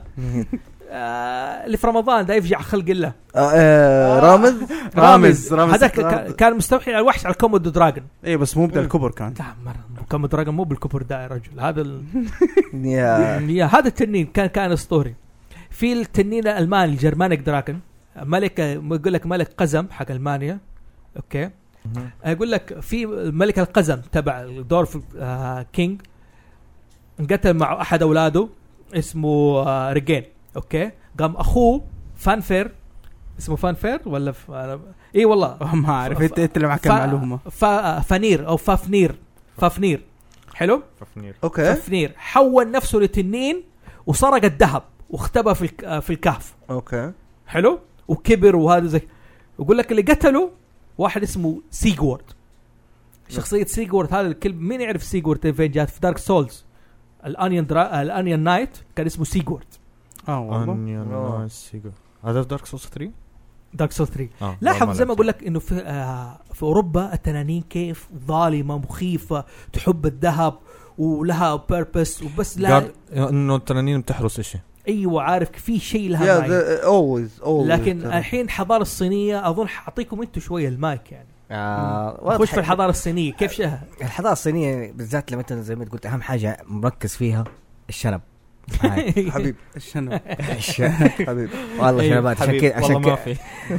آه اللي في رمضان ده يفجع خلق الله. آه، آه، رامز. رامز رامز هذا ك- كان مستوحي على الوحش على الكومودو دراجون. ايه بس مو بدل الكبر كان. لا مرة كومودو دراجون مو بالكبر ده يا رجل. هذا ال... يا يا هذا التنين كان كان اسطوري. في التنين الالماني الجرمانيك دراجون ملك يقول لك ملك قزم حق المانيا. اوكي يقول لك في ملك القزم تبع دورف آه كينج انقتل مع احد اولاده اسمه آه ريجين. اوكي قام اخوه فانفير اسمه فانفير ولا ف... اي والله ما اعرف انت انت اللي معك ف... المعلومه. ف... فنير او فافنير. فافنير حلو. ففنير. اوكي فافنير حول نفسه لتنين وسرق الذهب واختبى في الك... في الكهف. اوكي حلو وكبر وهذا زي. يقول لك اللي قتله واحد اسمه سيجورد. شخصية سيجورد هذا الكلب مين يعرف سيجورد فين جات؟ في دارك سولز الانيون درا... الانيون نايت كان اسمه سيجورد. اه والله. أنيون آه. نايس سيجو. هذا في دارك سولز ثلاثة. دارك سولز ثلاثة. اه لاحظ زي ما اقول لك انه في آه في اوروبا التنانين كيف ظالمه مخيفه تحب الذهب ولها بيربس وبس لا قال انه التنانين بتحرس اشي. ايوه عارف في شيء لها يا معين. اولويز اولويز. لكن الحين الحضاره الصينيه اظن حاعطيكم انتم شويه المايك يعني آه خش في الحضاره الصينيه كيف شها. الحضاره الصينيه بالذات لما انت زي ما قلت اهم حاجه مركز فيها الشنب. هاي. حبيب الشنب. حبيب والله أيوة، شنبات عشان كذا عشان والله ما كذا. في.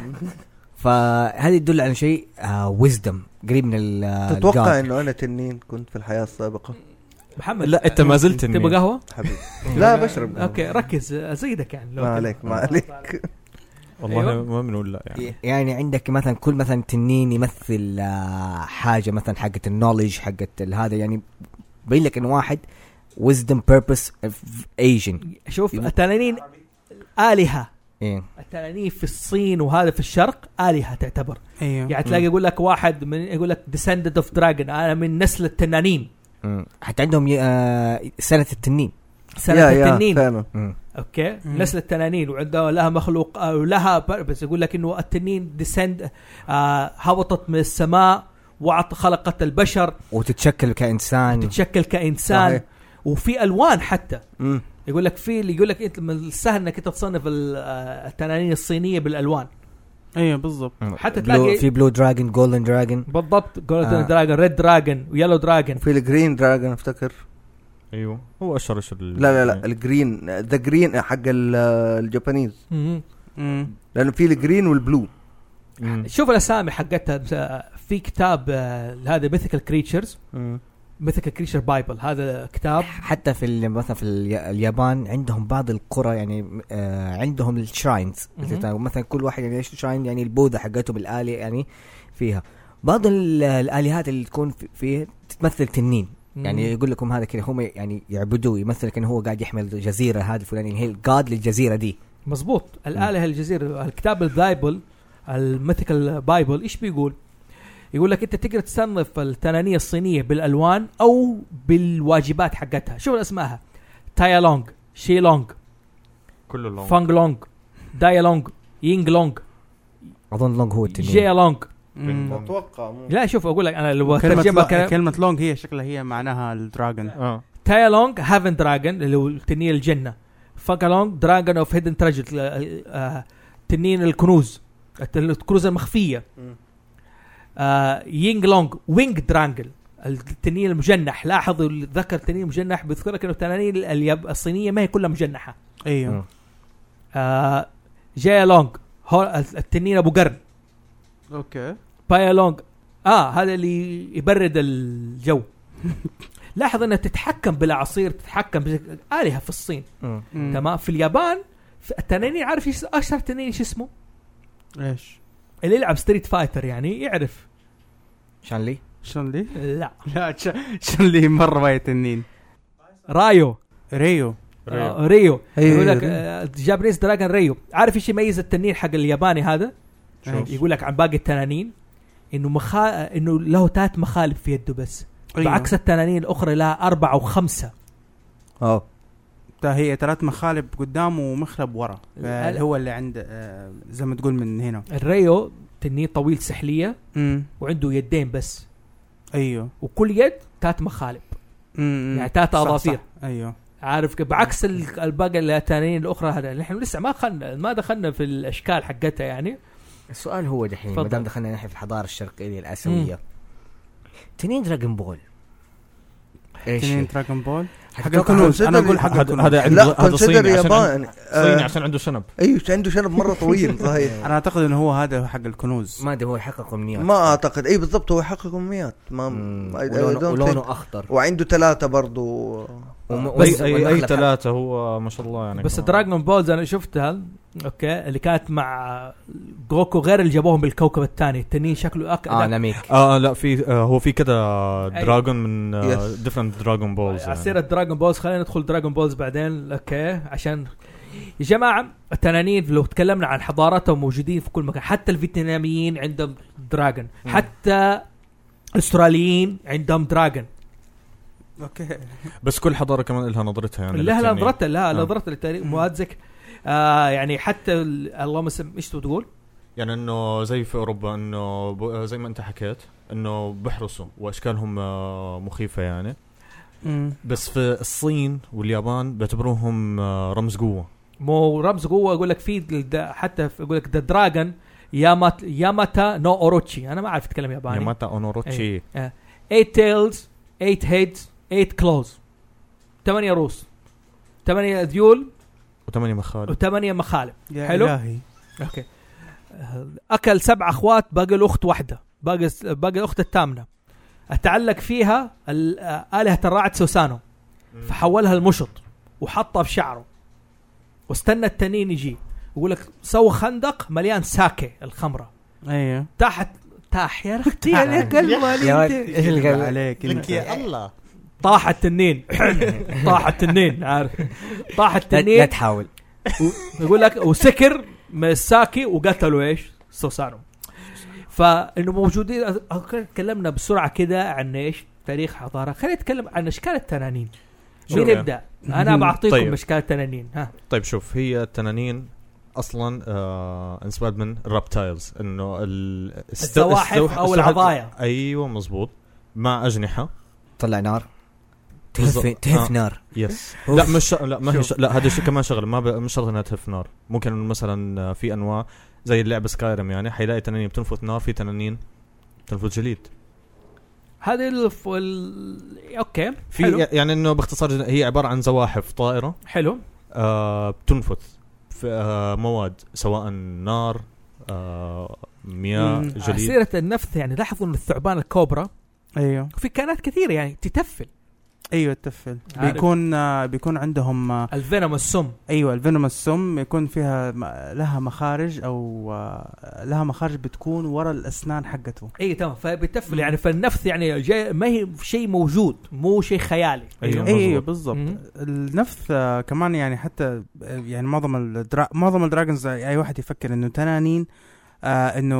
فهذه يدل على شيء ويزدم قريب من ال- تتوقع الجاد. انه انا تنين كنت في الحياه السابقه؟ محمد لا انت ما زلت تبغى قهوه حبيبي لا بشرب اوكي ركز ازيدك يعني ما عليك ما عليك والله أيوة. ما بنقول لا يعني يعني عندك مثلا كل مثلا تنين يمثل آه، حاجه مثلا حقه النوليدج حقه هذا يعني بين لك انه واحد wisdom purpose of Asian. شوف التنانين آلهة إيه. التنانين في الصين وهذا في الشرق آلهة تعتبر. ايوه يعني تلاقي يقول لك واحد من يقول لك descendant of dragon انا من نسل التنانين. مم. حتى عندهم ي- آه، سنة التنين. سنة يا يا التنين فعلا. مم. اوكي مم. نسل التنانين وعندها لها مخلوق آه، ولها بر- بس يقول لك انه التنين ديسند آه هبطت من السماء وعط خلقت البشر وتتشكل كإنسان. تتشكل كإنسان صحيح. وفي ألوان حتى مم. يقول لك في اللي يقول لك انت من السهل انك انت تصنف ال- آه، التنانين الصينية بالألوان ايوه بالضبط. حتى بلو تلاقي في بلو دراجون جولدن دراجون. بالضبط جولدن آه. دراجون ريد دراجون ويلو دراجون. في الجرين دراجون افتكر. ايوه هو اشهر اشهر لا لا لا الجرين ذا جرين حق ال- الجابانيز مم. امم لانه في الجرين والبلو. شوف الأسامي حقتها في كتاب آه، هذا ميثيكال كريتشرز ميثيكال كريتشر بايبل هذا كتاب. حتى في ال- مثلا في الي- اليابان عندهم بعض القرى يعني آه عندهم الشراينز مهم. مثلا كل واحد يعني ايش شراين يعني البوذا حقته بالآلة يعني فيها بعض ال- الآلهات اللي تكون في- فيه تتمثل تنين. يعني يقول لكم هذا كذا هم يعني يعبدوه يمثل كأنه هو قاعد يحمل الجزيرة هذه الفلانية هي الجاد للجزيرة دي. مزبوط الآلهة الجزيرة. الكتاب البايبل الميثيكال بايبل ايش بيقول؟ يقول لك انت تقدر تصنف التنانية الصينية بالالوان او بالواجبات حقتها. شوف اسمائها تايالونج شيلونج كله لون فانغلونج دايالونج يينغلونج أظن لونج هو التنين. جيالونج. اتوقع لا شوف اقول لك انا لو كلمة, ترجمها لو... كلام كلمة لونج هي شكلها هي معناها الدراجون. اه تايالونج هافن دراجون اللي هو تنين الجنة. فانغلونج دراجون اوف هيدن تراجل تنين الكنوز الكنوز المخفية. آه يينغلونج وينج درانجل التنين المجنح. لاحظوا ذكر التنين المجنح بذكرك انه التنانين الياب الصينيه ما هي كلها مجنحه. ايوه آه جايالونج هو التنين ابو قرن. اوكي بايالونج اه هذا اللي يبرد الجو. لاحظ انها تتحكم بالاعاصير تتحكم بآلهة في الصين. مم. تمام. في اليابان في التنانين عارف ايش اشهر تنين ايش اسمه؟ ايش اللي يلعب ستريت فايتر يعني يعرف. شان لي. شون لي لا لا شون لي مرة ما يتنين. رايو ريو ريو. آه ريو أيوة يقول لك ريو. آه جابانيز دراجون ريو. عارف ايش يميز التنين حق الياباني هذا؟ شوف. يقول لك عن باقي التنانين انه مخا... انه له ثلاث مخالب في يده بس. أيوة. بعكس التنانين الاخرى لها اربعه وخمسه. اه تا هي ثلاث مخالب قدام ومخلب ورا ال- هو اللي عند آه زي ما تقول من هنا. الريو تنين طويل سحليه امم وعنده يدين بس ايوه وكل يد ثلاث مخالب امم يعني ثلاث اظافير. ايوه عارف كيف؟ بعكس ال- الباقي التنانين الاخرى هذا نحن لسه ما خلنا ما دخلنا في الاشكال حقتها يعني. السؤال هو دحين ما تفضل. دام دخلنا نحن في الحضارة الشرقية الآسيوية تنين دراجون بول ايش تنين دراجون بول حق أتوقع الكنوز. انا consider- اقول حق هذا الكنوز. هذا عنده لا هذا كونسيدر صيني عشان عنده ياباني صيني آه، عشان عنده شنب. ايوه عنده شنب مره طويل صحيح. انا اعتقد انه هو هذا حق الكنوز. ما ادري هو يحقق امنيات ما اعتقد اي بالضبط هو يحقق امنيات ما مم. I- I ولونه, don't ولونه think. اخضر وعنده ثلاثه برضو. وم- بس- والأغلب اي اي حق- ثلاثه هو ما شاء الله يعني. بس دراجون بولز انا شفتها اوكي اللي كانت مع جوكو غير اللي جابوهم بالكوكب الثاني. التنين شكله أك... اه ناميك اه لا في آه هو في كذا دراجون من Yes. ديفرنت دراجون بولز على سيرة دراجون بولز خلينا ندخل دراجون بولز بعدين اوكي عشان يا جماعة التنانين لو تكلمنا عن حضاراتهم موجودين في كل مكان. حتى الفيتناميين عندهم دراجون حتى الاستراليين عندهم دراجون. اوكي بس كل حضاره كمان لها نظرتها يعني لها للتنين. نظرتها لها آه. نظرتها للتاريخ موازك. آه يعني حتى ال- اللهم سم ايش تقول؟ يعني انه زي في اوروبا انه ب- زي ما انت حكيت انه بحرسوا واشكالهم آه، مخيفه يعني. امم بس في الصين واليابان بيعتبروهم آه، رمز قوه. مو رمز قوه. يقول لك في د- حتى في- يقول لك ذا دراجون يامات ياماتا نو اوروتشي. انا ما اعرف اتكلم ياباني. ياماتا اونوروتشي. eight tails eight heads eight claws ثمانية روس ثمانية ذيول وثمانية مخالب. وثمانية مخالب. يا حلو. إلهي. اوكي آه، اكل سبع اخوات باقي الاخت واحده باقي باقي الاخت الثامنه. اتعلق فيها ال- آه، آلهة الرعد سوسانو فحولها المشط وحطها بشعره واستنى التنين يجي يقول لك سوى خندق مليان ساكي الخمرة ايوه تحت تاح يا اختي يا كلمة ايش اللي قال عليك لك يا الله طاح التنين طاح التنين عارف طاح لا التنين تحاول يقول لك وسكر من الساكي وقتلوا ايش سوسانو. فانه موجودين. تكلمنا بسرعه كده عن ايش تاريخ حضاره. خلينا نتكلم عن اشكال التنانين. مين يبدا؟ انا بعطيكم طيب. اشكال التنانين. ها طيب شوف هي التنانين اصلا آه انسباد من الرابتايلز انه الست... الزواحف او العضايا. ايوه مزبوط مع اجنحه طلع نار تهف تهف نار يس. لا مش لا ما هي ش... لا هذا الشيء كمان شغله ما ب... مش شرط انها تهف نار. ممكن مثلا في انواع زي اللعبه سكايرم يعني حيلاقي تنانين بتنفث نار في تنانين بتنفث جليد. هذه الف... ال... اوكي في حلو. يعني انه باختصار هي عباره عن زواحف طائره حلو آه بتنفث في آه مواد سواء نار آه مياه جليد. سيرة النفث يعني لاحظوا ان الثعبان الكوبرا ايوه في كائنات كثيره يعني تتفل. ايوه التفل عارف. بيكون آه بيكون عندهم آه الفينوم السم. ايوه الفينوم السم يكون فيها م- لها مخارج او آه لها مخارج بتكون ورا الاسنان حقته. اي تمام فبتفل يعني. فالنفث يعني جاي ما هي شيء موجود مو شيء خيالي. أيوة. ايوه مظبوط. بالضبط. مم. النفث آه كمان يعني حتى آه يعني معظم الدرا... معظم الدراجونز اي واحد يفكر انه تنانين آه انه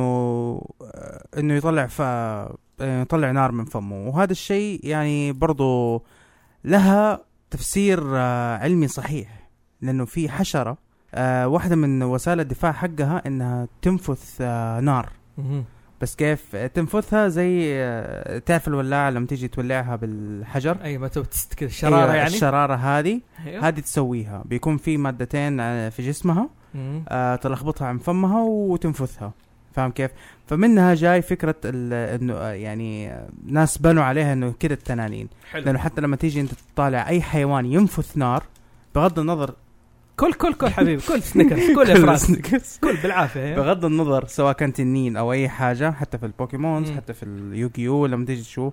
آه انه يطلع ف آه يطلع نار من فمه. وهذا الشيء يعني برضو لها تفسير آه علمي صحيح لانه في حشرة آه واحدة من وسائل الدفاع حقها انها تنفث آه نار. مم. بس كيف تنفثها زي آه تعرف الولاعة لما تيجي تولعها بالحجر اي ما تست كذا الشراره أيوة يعني الشرارة هذه أيوة. هذه تسويها بيكون في مادتين آه في جسمها مم. آه تلخبطها عن فمها وتنفثها. فاهم كيف؟ فمنها جاي فكرة انه آه يعني آه ناس بنوا عليها انه كده التنانين. حلو. لانه حتى لما تيجي انت تطالع اي حيوان ينفث نار بغض النظر كل كل كل حبيبي كل سنيكرز كل افراس كل بالعافيه. بغض النظر سواء كان تنين او اي حاجة حتى في البوكيمونز مم. حتى في اليوغيو لما تيجي تشوف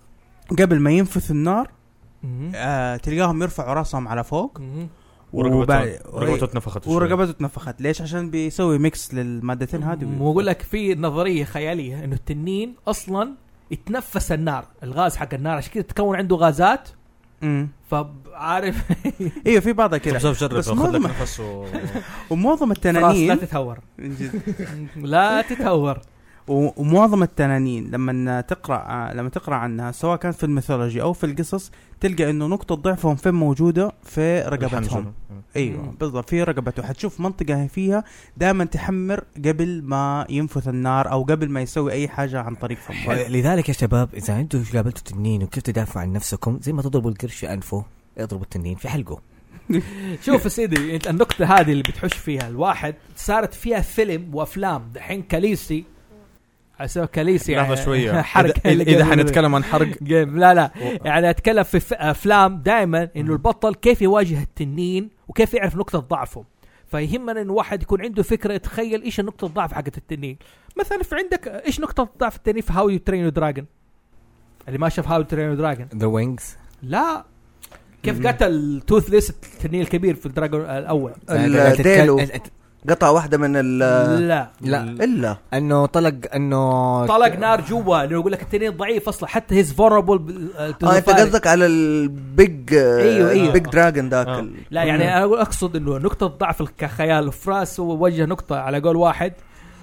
قبل ما ينفث النار مم. آه تلقاهم يرفعوا راسهم على فوق مم. ورقبته وبع- ورقبته تنفخت شوي. ورقبته تنفخت. ليش؟ عشان بيسوي ميكس للمادتين هذه. مو اقول لك في نظريه خياليه انه التنين اصلا يتنفس النار الغاز حق النار عشان كده تكون عنده غازات. امم فعارف ايوه في بعضها كده. بس جرب بس خذ لك معظم- نفس و... ومعظم لا التنانين تتهور من جد. لا تتهور. و- ومعظم التنانين لما تقرا لما تقرا عنها سواء كانت في الميثولوجي او في القصص تلقى انه نقطه ضعفهم فين موجوده في رقبتهم. الحنجرة. ايوه مم. بالضبط في رقبته. حتشوف منطقه فيها دائما تحمر قبل ما ينفث النار او قبل ما يسوي اي حاجه عن طريق فمه. لذلك يا شباب اذا انتم قابلتوا تنين وكيف تدافعوا عن نفسكم زي ما تضربوا القرش في انفه اضربوا التنين في حلقه. شوف يا سيدي انت النقطه هذه اللي بتحش فيها الواحد صارت فيها فيلم وافلام دحين كاليسي اسمه كاليسي لحظة يعني شوية حرق إذا, إذا حنتكلم عن حرق جيم لا لا يعني اتكلم في ف- افلام دائما انه البطل كيف يواجه التنين وكيف يعرف نقطه ضعفه. فيهمنا انه واحد يكون عنده فكره يتخيل ايش النقطه الضعف حقت التنين. مثلا في عندك ايش نقطه ضعف التنين في هاو يو ترين دراجون اللي ما شاف هاو ترين دراجون ذا وينجز لا كيف قتل توثليس التنين الكبير في الدراجون الاول. الديلو قطع واحدة من ال لا لا إلا انه طلق انه طلق نار جوا لانه يقول لك التنين ضعيف اصلا حتى هيز فولربل. اه انت قصدك على البيج أيوه، أيوه. بيج دراجون ذاك آه. ال- لا يعني انا اقول اقصد انه نقطه ضعف كخيال فراس هو وجه نقطه على قول واحد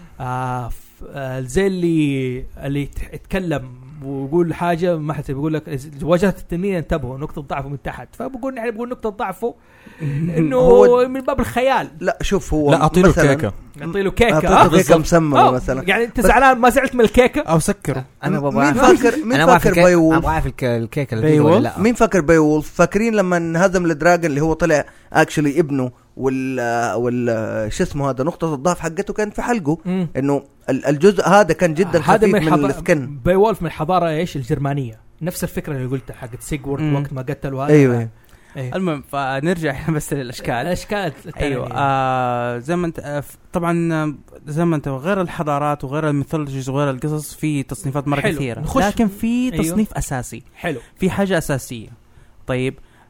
آه ف- آه زي اللي اللي يت- يتكلم ويقول حاجه ما حد بيقول لك إذا واجهت التنين انتبهوا نقطه ضعفه من تحت. فبقول نحن بقول نقطه ضعفه انه هو- من باب الخيال. لا شوف هو لا أعطيله مثلاً- كيكة نعطي له كيكه أعطيته آه؟ كيكة مسمى آه، مثلا. يعني انت زعلان ما زعلت من الكيكه او سكر. انا بابا مين فاكر مين فاكر باي وولف؟ ابغى اعرف الك- الكيكه اللي باي فيه ولا وولف؟ لا. مين فاكر باي وولف؟ فاكرين لما انهزم الدراجون اللي هو طلع اكشلي ابنه وال وال شو اسمه هذا نقطة الضعف حقته كان في حلقه مم. انه ال- الجزء هذا كان جدا خفيف من, من السكن. باي وولف من الحضاره ايش الجرمانيه نفس الفكره اللي قلتها حقت سيجورد مم. وقت ما قتلوا هذا. ايوه أيه. المهم فنرجع بس للاشكال. الاشكال ايوه آه زي ما انت آه ف- طبعا آه، زي ما انت غير الحضارات وغير الميثولوجيز وغير القصص في تصنيفات مره حلو. كثيره نخش- لكن في أيوه. تصنيف اساسي حلو في حاجه اساسيه. طيب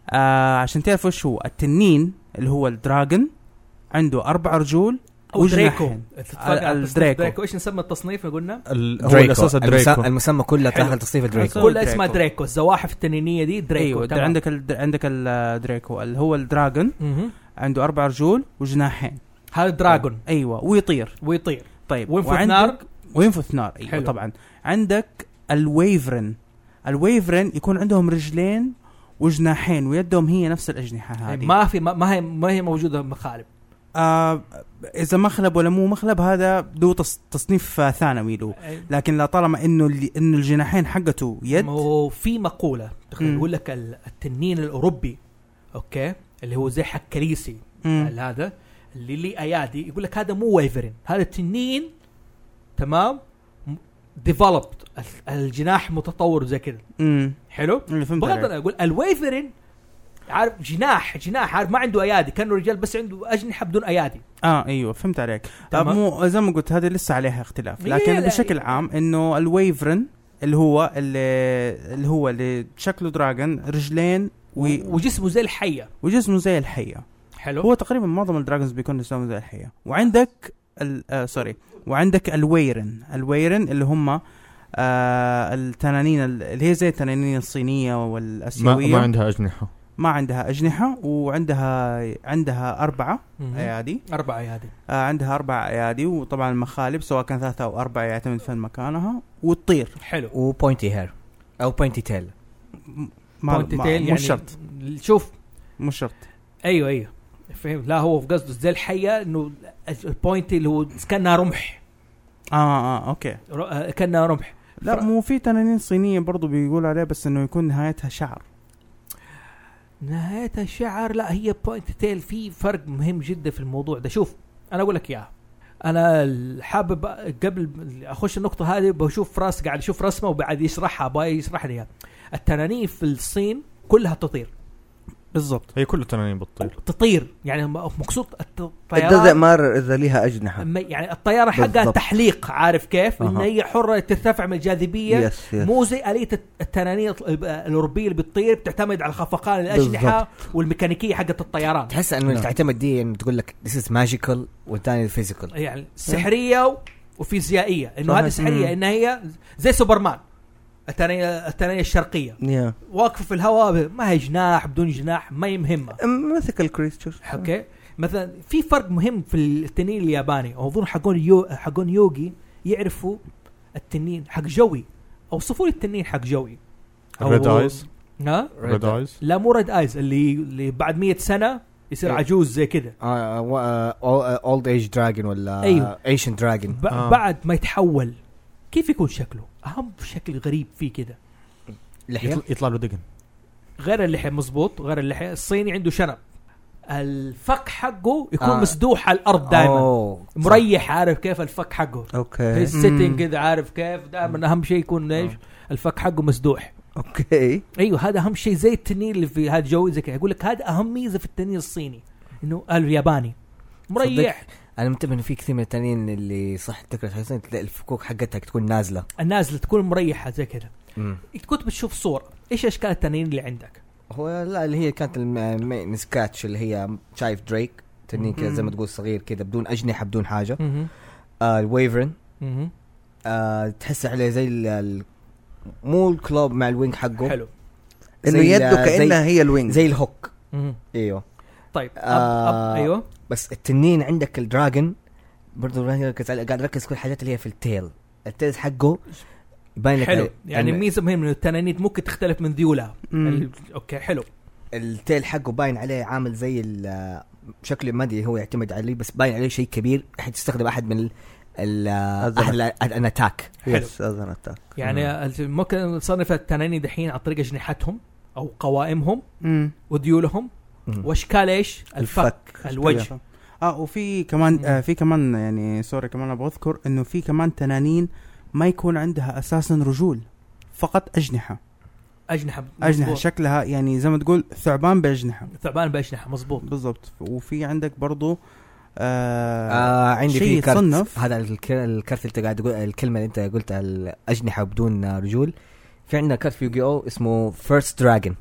آه عشان تعرفوا شو هو التنين اللي هو الدراجون عنده اربع رجول او دريكو. وجناحين. الدريكو دريكو ايش نسمى التصنيف قلنا؟ هو الاساس دريكو. المسمى كله داخل تصنيف دريكو. كلها اسمها دريكو. الزواحف التنينيه دي دريكو. أيوة عندك ال... عندك الدريكو اللي هو الدراجون عنده اربع رجول وجناحين. هذا دراجون. ايوه ويطير ويطير. طيب وينفث نار. وينفث نار ايوه حلو. طبعا عندك الويفرن. الويفرن يكون عندهم رجلين وجناحين ويدهم هي نفس الاجنحه هذه. ما في ما, ما هي ما هي موجوده مخالب. آه اذا مخلب ولا مو مخلب هذا له تصنيف ثانوي له، لكن لا طالما انه اللي انه الجناحين حقته يد. وفي مقوله يقول لك التنين الاوروبي اوكي اللي هو زي حق كريسي هذا اللي لي ايادي يقول لك هذا مو ويفرين، هذا التنين تمام ديفلوبد الجناح متطور زي كده. حلو. بغض اقول الويفرين عارف جناح جناح عارف ما عنده ايادي، كانه رجال بس عنده اجنحه بدون ايادي. اه ايوه فهمت عليك. مو زي ما قلت هذه لسه عليها اختلاف، لكن بشكل عام انه الويفرن اللي هو اللي, اللي هو اللي شكله دراجون رجلين و... وجسمه زي الحيه وجسمه زي الحيه. حلو. هو تقريبا معظم الدراجونز بيكون جسمهم زي الحيه. وعندك ال... آه سوري وعندك الويرن. الويرن اللي هم آه التنانين اللي هي زي التنانين الصينيه والاسيويه. ما, ما عندها اجنحه ما عندها أجنحة وعندها عندها أربعة أيادي. أربعة أيادي. آه عندها أربع أيادي، وطبعا المخالب سواء كان ثلاثة أو أربعة يعتمد فين مكانها، وتطير. حلو. وبوينتي هير أو بوينتي تيل. بوينتي تيل يعني مش شرط. شوف مش شرط. أيوة أيوة فهم. لا هو في قصده زي الحية إنه البوينتي اللي هو كأنها رمح. آه آه أوكي. كأنها رمح. لا فر... مو في تنانين صينية برضو بيقول عليه بس إنه يكون نهايتها شعر. نهاية الشعر لا هي بوينت تيل. في فرق مهم جدا في الموضوع ده. شوف أنا أقول لك إياه، أنا حابب قبل أخش النقطة هذه بشوف راس قاعد يشوف رسمة وبعد يشرحها باي يشرح لي. التنانين في الصين كلها تطير. بالضبط. هي كل التنانين بتطير. تطير يعني مقصود الطيارة الجزء مار إذا ليها أجنحة. يعني الطيارة حقها تحليق عارف كيف أه. إن هي حرة ترتفع من الجاذبية. يس يس. مو زي آلية التنانين الأوروبية اللي بتطير بتعتمد على خفقان الأجنحة بالضبط. والميكانيكية حقت الطيران. تحس إنه نعم. تعتمد دي إن تقول لك this is magical والثاني physical. يعني سحرية وفيزيائية. إنه هذه سحرية إن هي زي سوبرمان. التنانية التنانية الشرقية yeah. واقفة في الهواء ما هي جناح بدون جناح ما يمهمها mythical creatures. اوكي مثلا في فرق مهم في التنين الياباني اظن حقون يو حقون يوغي يعرفوا التنين حق جوي او صفوا التنين حق جوي ريد ايز. ها ريد ايز لا مو ريد ايز اللي اللي بعد مية سنة يصير عجوز زي كده. اولد ايج دراجون ولا أيوه. ايشن دراجون ب- آه. بعد ما يتحول كيف يكون شكله؟ أهم شكل غريب فيه كده لحية يطلع له دقن غير اللحية مظبوط غير اللحية. الصيني عنده شنب الفك حقه يكون آه. مسدوح على الأرض دائما أوه. مريح عارف كيف الفك حقه أوكي السيتنج كده عارف كيف دائما أهم شيء يكون ليش الفك حقه مسدوح. أوكي أيوه هذا أهم شيء زي التنين اللي في هذا جو زي كده. يقول لك هذا أهم ميزة في التنين الصيني إنه الياباني مريح. أنا منتبه إنه في كثير من التانيين اللي صح تذكر حسين تلاقي الفكوك حقتها تكون نازلة النازلة تكون مريحة زي كده. كنت بتشوف صور إيش أشكال التنين اللي عندك؟ هو لا اللي هي كانت المسكاتش اللي هي شايف دريك تنين كذا زي ما تقول صغير كذا بدون أجنحة بدون حاجة. آه الويفرن آه تحس عليه زي ال مو الكلوب مع الوينج حقه حلو إنه يده كأنها هي الوينج زي الهوك. أيوه طيب أب آه أب أيوه بس التنين عندك الدراجون برضو قاعد أركز كل الحاجات اللي هي في التيل. التيل حقه باين لك حلو يعني ميزة مهمة إنه التنانيت ممكن تختلف من ذيولها. أوكي حلو. التيل حقه باين عليه عامل زي شكله ما أدري هو يعتمد عليه بس باين عليه شيء كبير أحد يستخدم أحد من ال الأتاك. حلو يعني ممكن نصنف التنانين دحين عن طريق أجنحتهم أو قوائمهم وذيولهم واشكال ايش الفك الوجه. اه وفي كمان آه في كمان يعني سوري كمان ابغى اذكر انه في كمان تنانين ما يكون عندها اساسا رجول فقط اجنحه. اجنحه اجنحه شكلها يعني زي ما تقول ثعبان باجنحه. ثعبان باجنحه مظبوط بالضبط. وفي عندك برضو آه آه عندي في كرت هذا الكرت اللي قاعد تقول الكلمه اللي انت قلتها الاجنحه بدون رجول. في عندنا كرت في يوغي او اسمه فيرست دراجون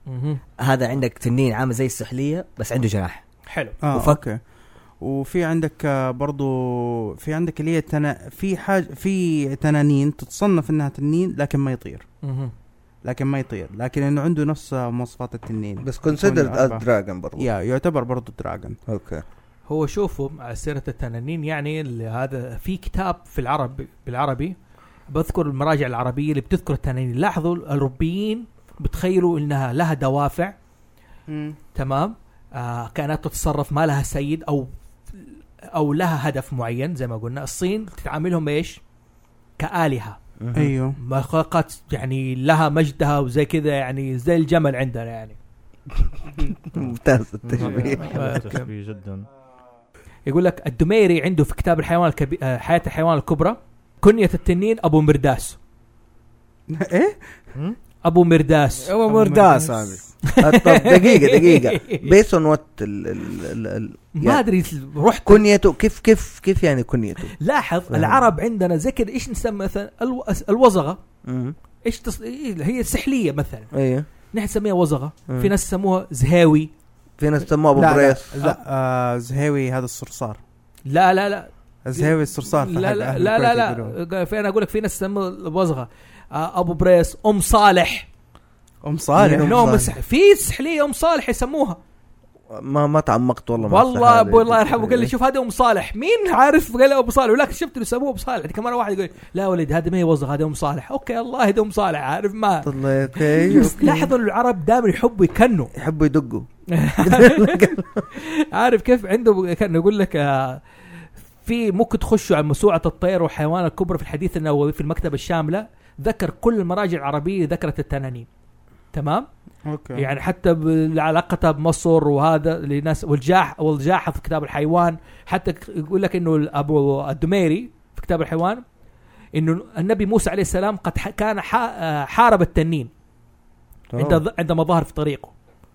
مهم. هذا عندك تنين عامل زي السحليه بس عنده جناح. حلو. اه وفك. اوكي. وفي عندك آه، برضو في عندك اللي هي تنا... في حاجه في تنانين تتصنف انها تنين لكن ما يطير، مهم. لكن ما يطير لكن انه عنده نفس مواصفات التنين، بس كونسيدرد از أربعة. دراجون برضو. يا يعتبر برضو دراجون. اوكي. هو شوفوا على سيرة التنانين يعني اللي هذا في كتاب في العرب بالعربي بذكر المراجع العربية اللي بتذكر التنانين. لاحظوا الأوروبيين بتخيلوا إنها لها دوافع تمام، آه كائنات تتصرف ما لها سيد أو أو لها هدف معين. زي ما قلنا الصين تتعاملهم إيش كآلهة، ايوه مخلوقات يعني لها مجدها وزي كذا، يعني زي الجمل عندنا يعني. ممتاز التشبيه. تشبيه جدا. يقول لك الدميري عنده في كتاب الحيوان الكبير آه حياة الحيوان الكبرى كنية التنين أبو مرداس. ايه أبو مرداس. هو مرداس هذا. طب دقيقة دقيقة بيس اون وات ما أدري رحت كنيته كيف كيف كيف يعني كنيته. لاحظ فهم. العرب عندنا زي كده إيش نسمى مثلا الو... الوزغة مم. إيش تص... هي السحلية مثلا ايوه نحن نسميها وزغة. مم. في ناس يسموها زهاوي. في ناس سموه ابو لا بريس. لا, لا آه زهيوي هذا الصرصار، لا لا لا زهيوي الصرصار. لا لا لا لا, لا. في أنا أقول لك في ناس يسموها الوزغة. آه أبو بريس أم صالح ام صالح. أم نوم صالح. السح... في سحلية أم صالح يسموها. ما ما تعمقت والله. مع والله السحالة ابو الله دي. يرحمه قال لي شوف هذا ام صالح. مين عارف قال ابو صالح، ولكن شفت له سموه ابو صالح. كمان واحد يقول لا ولد هذا ما يوظف هذا ام صالح. اوكي الله هذا ام صالح عارف ما. والله اوكي. بس لاحظوا العرب دائما يحبوا يكنوا. يحبوا يدقوا. عارف كيف عنده كان يقول لك آه في ممكن تخشوا على موسوعة الطير والحيوان الكبرى في الحديث النووي في المكتبة الشاملة ذكر كل المراجع العربية ذكرت التنانين تمام. اوكي. يعني حتى بعلاقتها بمصر وهذا لناس والجاح والجاحظ في كتاب الحيوان. حتى يقول لك انه ابو الدميري في كتاب الحيوان انه النبي موسى عليه السلام قد كان حارب التنين عند عندما ظهر في طريقه.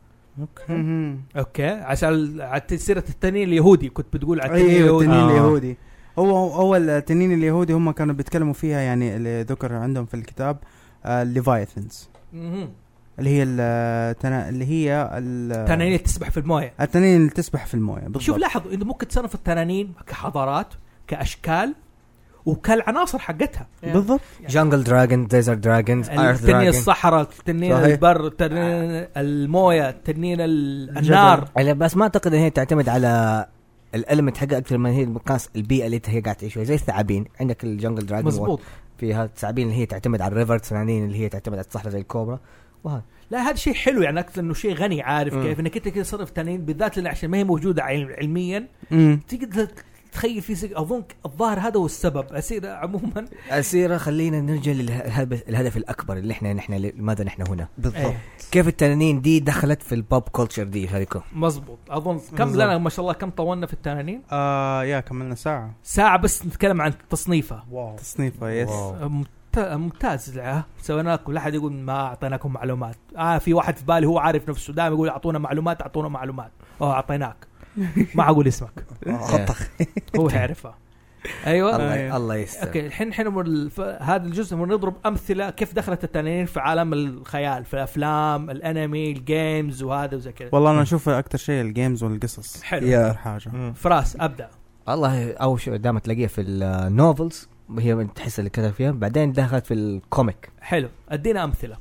اوكي اوكي عشان على سيره التنين اليهودي كنت بتقول على التنين ايوه التنين اليهودي. اليهودي. هو اول التنين اليهودي هم كانوا بيتكلموا فيها يعني اللي ذكر عندهم في الكتاب الليفايثنز اللي هي التنا... اللي هي التنانين اللي تسبح في المويه. التنانين اللي تسبح في المويه بالضبط. شوف لاحظوا انه ممكن تصنف التنانين كحضارات كاشكال وكالعناصر حقتها بالضبط. جانجل دراجون، ديزرت دراجونز، ارث التنين دراجون. الصحراء، التنين صحيح. البر، التنين المويه، التنين ال- النار. يعني بس ما اعتقد ان هي تعتمد على الالمنت حقها اكثر من هي المقاس البيئه اللي هي قاعده تعيش فيها. زي الثعابين عندك الجانجل دراجون مزبوط. فيها الثعابين اللي هي تعتمد على الريفر، تنانين اللي هي تعتمد على الصحراء زي الكوبرا وهذا. لا هذا شيء حلو يعني اكثر انه شيء غني. عارف مم. كيف انك انت كده صرف تنين بالذات لأن عشان ما هي موجوده علم- علميا امم تقدر تخيل في سك... اظن الظاهر هذا هو السبب. اسير عموما أسيرة خلينا نرجع للهدف الهدف الأكبر اللي إحنا نحن لماذا نحن هنا. بالضبط. ايه. كيف التنانين دي دخلت في البوب كولتشر دي هذيكو. مظبوط. اظن كم بالضبط. لنا ما شاء الله كم طولنا في التنانين. آه يا كملنا ساعه ساعه بس نتكلم عن تصنيفها. واو. تصنيفه يس. ممت- ممتاز. لا سوينا لكم لا احد يقول ما اعطيناكم معلومات. اه في واحد في بالي هو عارف نفسه دائما يقول اعطونا معلومات اعطونا معلومات. اه اعطيناك ما اقول اسمك خطخ. هو يعرفها. ايوه الله أيوة. الله يستر. اوكي الحين الحين الف... هذا الجزء بنضرب امثله كيف دخلت التنانين في عالم الخيال في الافلام الانمي الجيمز وهذا وزي كذا. والله انا اشوف اكثر شيء الجيمز والقصص حلو. يا. اكثر حاجه. فراس ابدا. الله أول شيء دائما تلاقيها في النوفلز وهي تحس اللي كذا فيها. بعدين دخلت في الكوميك. حلو ادينا امثله.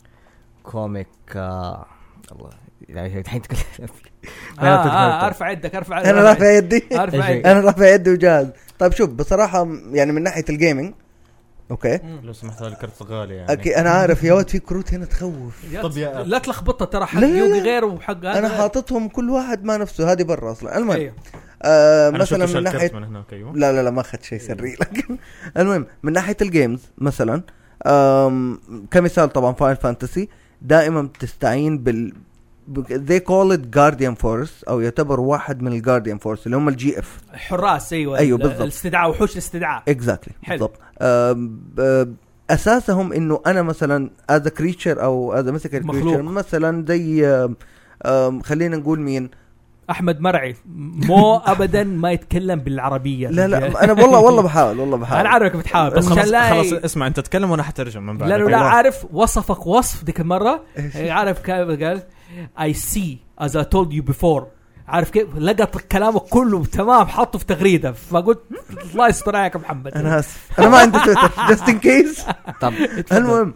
كوميك آه الله يعني الحين تكلم. آه آه ارفع يدك ارفع انا رافع يدي. ارفع يدك. انا رافع يدي وجاهز. طيب شوف بصراحه يعني من ناحيه الجيمنج اوكي لو سمحت هذا الكرت غالي يعني. اوكي انا عارف يا ولد في كروت هنا تخوف. طب يا- لا تلخبطها ترى حق لا، لا، لا. يوغي غير وحق هذا انا غير. حاططهم كل واحد ما نفسه هذه برا اصلا. المهم أيوه. آه أنا مثلا شفت من الكرت ناحيه من هناك ايوه. لا لا لا ما اخذت شيء سري لكن المهم من ناحيه الجيمز مثلا آم، كمثال طبعا فاين فانتسي دائما بتستعين بال they call it guardian force او يعتبر واحد من الجارديان فورس اللي هم الجي اف. حراس ايوه أيوه، ال- بالضبط. الاستدعاء وحوش الاستدعاء. اكزاكتلي حلو. بالضبط. آم، ب- اساسهم انه انا مثلا as a creature او as a mythical مخلوق. creature مثلا زي آم، آم، خلينا نقول مين احمد مرعي مو ابدا ما يتكلم بالعربيه. لا لا انا والله والله بحاول والله بحاول انا عارفك بتحاول بس خلاص, عشان لا خلاص اسمع انت تتكلم وانا حترجم من بعد. لا لا عارف وصفك وصف ديك المره عارف كيف قال I see as I told you before. عارف كيف لقط كلامك كله تمام حطه في تغريده فقلت الله يستر عليك يا محمد. انا اسف انا ما عندي تويتر just in case. طب المهم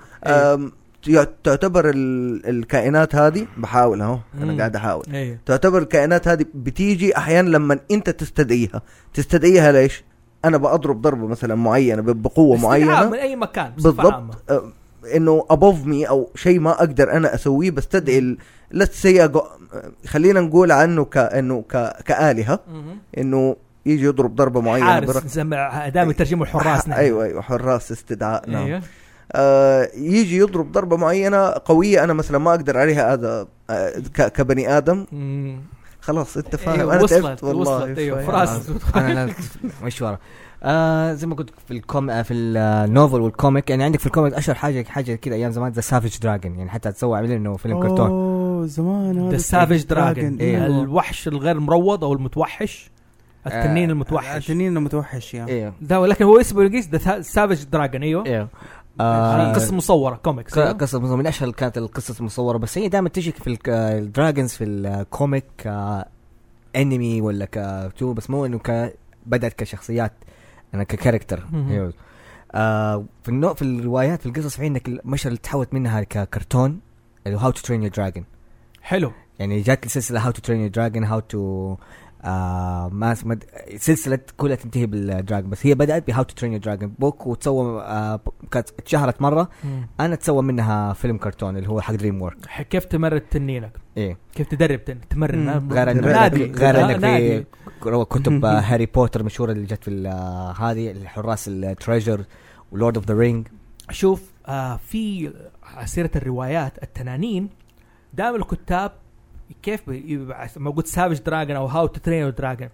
تعتبر الكائنات هذه بحاول اهو انا قاعد احاول أيه. تعتبر الكائنات هذه بتيجي احيانا لما انت تستدعيها تستدعيها ليش انا بأضرب ضربه مثلا معينه بقوه معينه من اي مكان بالضبط آه انه above me او شيء ما اقدر انا اسويه بستدعي let's say خلينا نقول عنه كانه كآلهة انه يجي يضرب ضربه معينه حارس زي دام يترجموا الحراس. ايوه ايوه حراس استدعاء نعم. أيوة. آه يجي يضرب ضربة معينة قوية أنا مثلا ما أقدر عليها هذا آه كبني آدم. مم. خلاص أنت فاهم. أيوة أنا وصلت تعبت والله. وصلت أيوة فراس. أنا مشوارة. آه زي ما قلت في الكوم في النوفل والكوميك يعني عندك في الكوميك أشهر حاجة حاجة كده أيام زمان ذا سافيج دراجون يعني حتى تسوي عملين إنه فيلم كرتون. أوه زمان ذا سافيج دراجون إيه. الوحش الغير مروض أو المتوحش التنين آه المتوحش. التنين المتوحش يعني. إيه. ده ولكن هو اسمه الإنجليزي ذا سافيج دراجون. أيوه. إيه. آه قصة مصورة كوميكس. قصة مصورة من أشهر كانت القصص المصورة بس هي دائما تجي في الدراجونز في الكوميك كأنمي ولا كتو بس مو إنه ك بدأت كشخصيات أنا ككاركتر. آه في النوع في الروايات في القصص في عندك المشهد اللي تحولت منها ككرتون اللي هاو تو ترين يور دراجون. حلو يعني جات السلسلة هاو تو ترين يور دراجون هاو تو آه ما مد... سلسلة كلها تنتهي بالدراجون بس هي بدأت بهاو تو ترين يور دراجون بوك وتسوى آه كانت اتشهرت مرة. مم. أنا تسوى منها فيلم كرتون اللي هو حق دريم وورك. كيف تمرن تنينك؟ إيه كيف تدرب تمرن؟ غير انك غير انك في كتب هاري بوتر مشهورة اللي جت في هذه الحراس التريجر ولورد اوف ذا رينج. شوف آه في سيرة الروايات التنانين دائما الكتاب كيف موجود سافيج دراجون او هاو تو ترين دراجون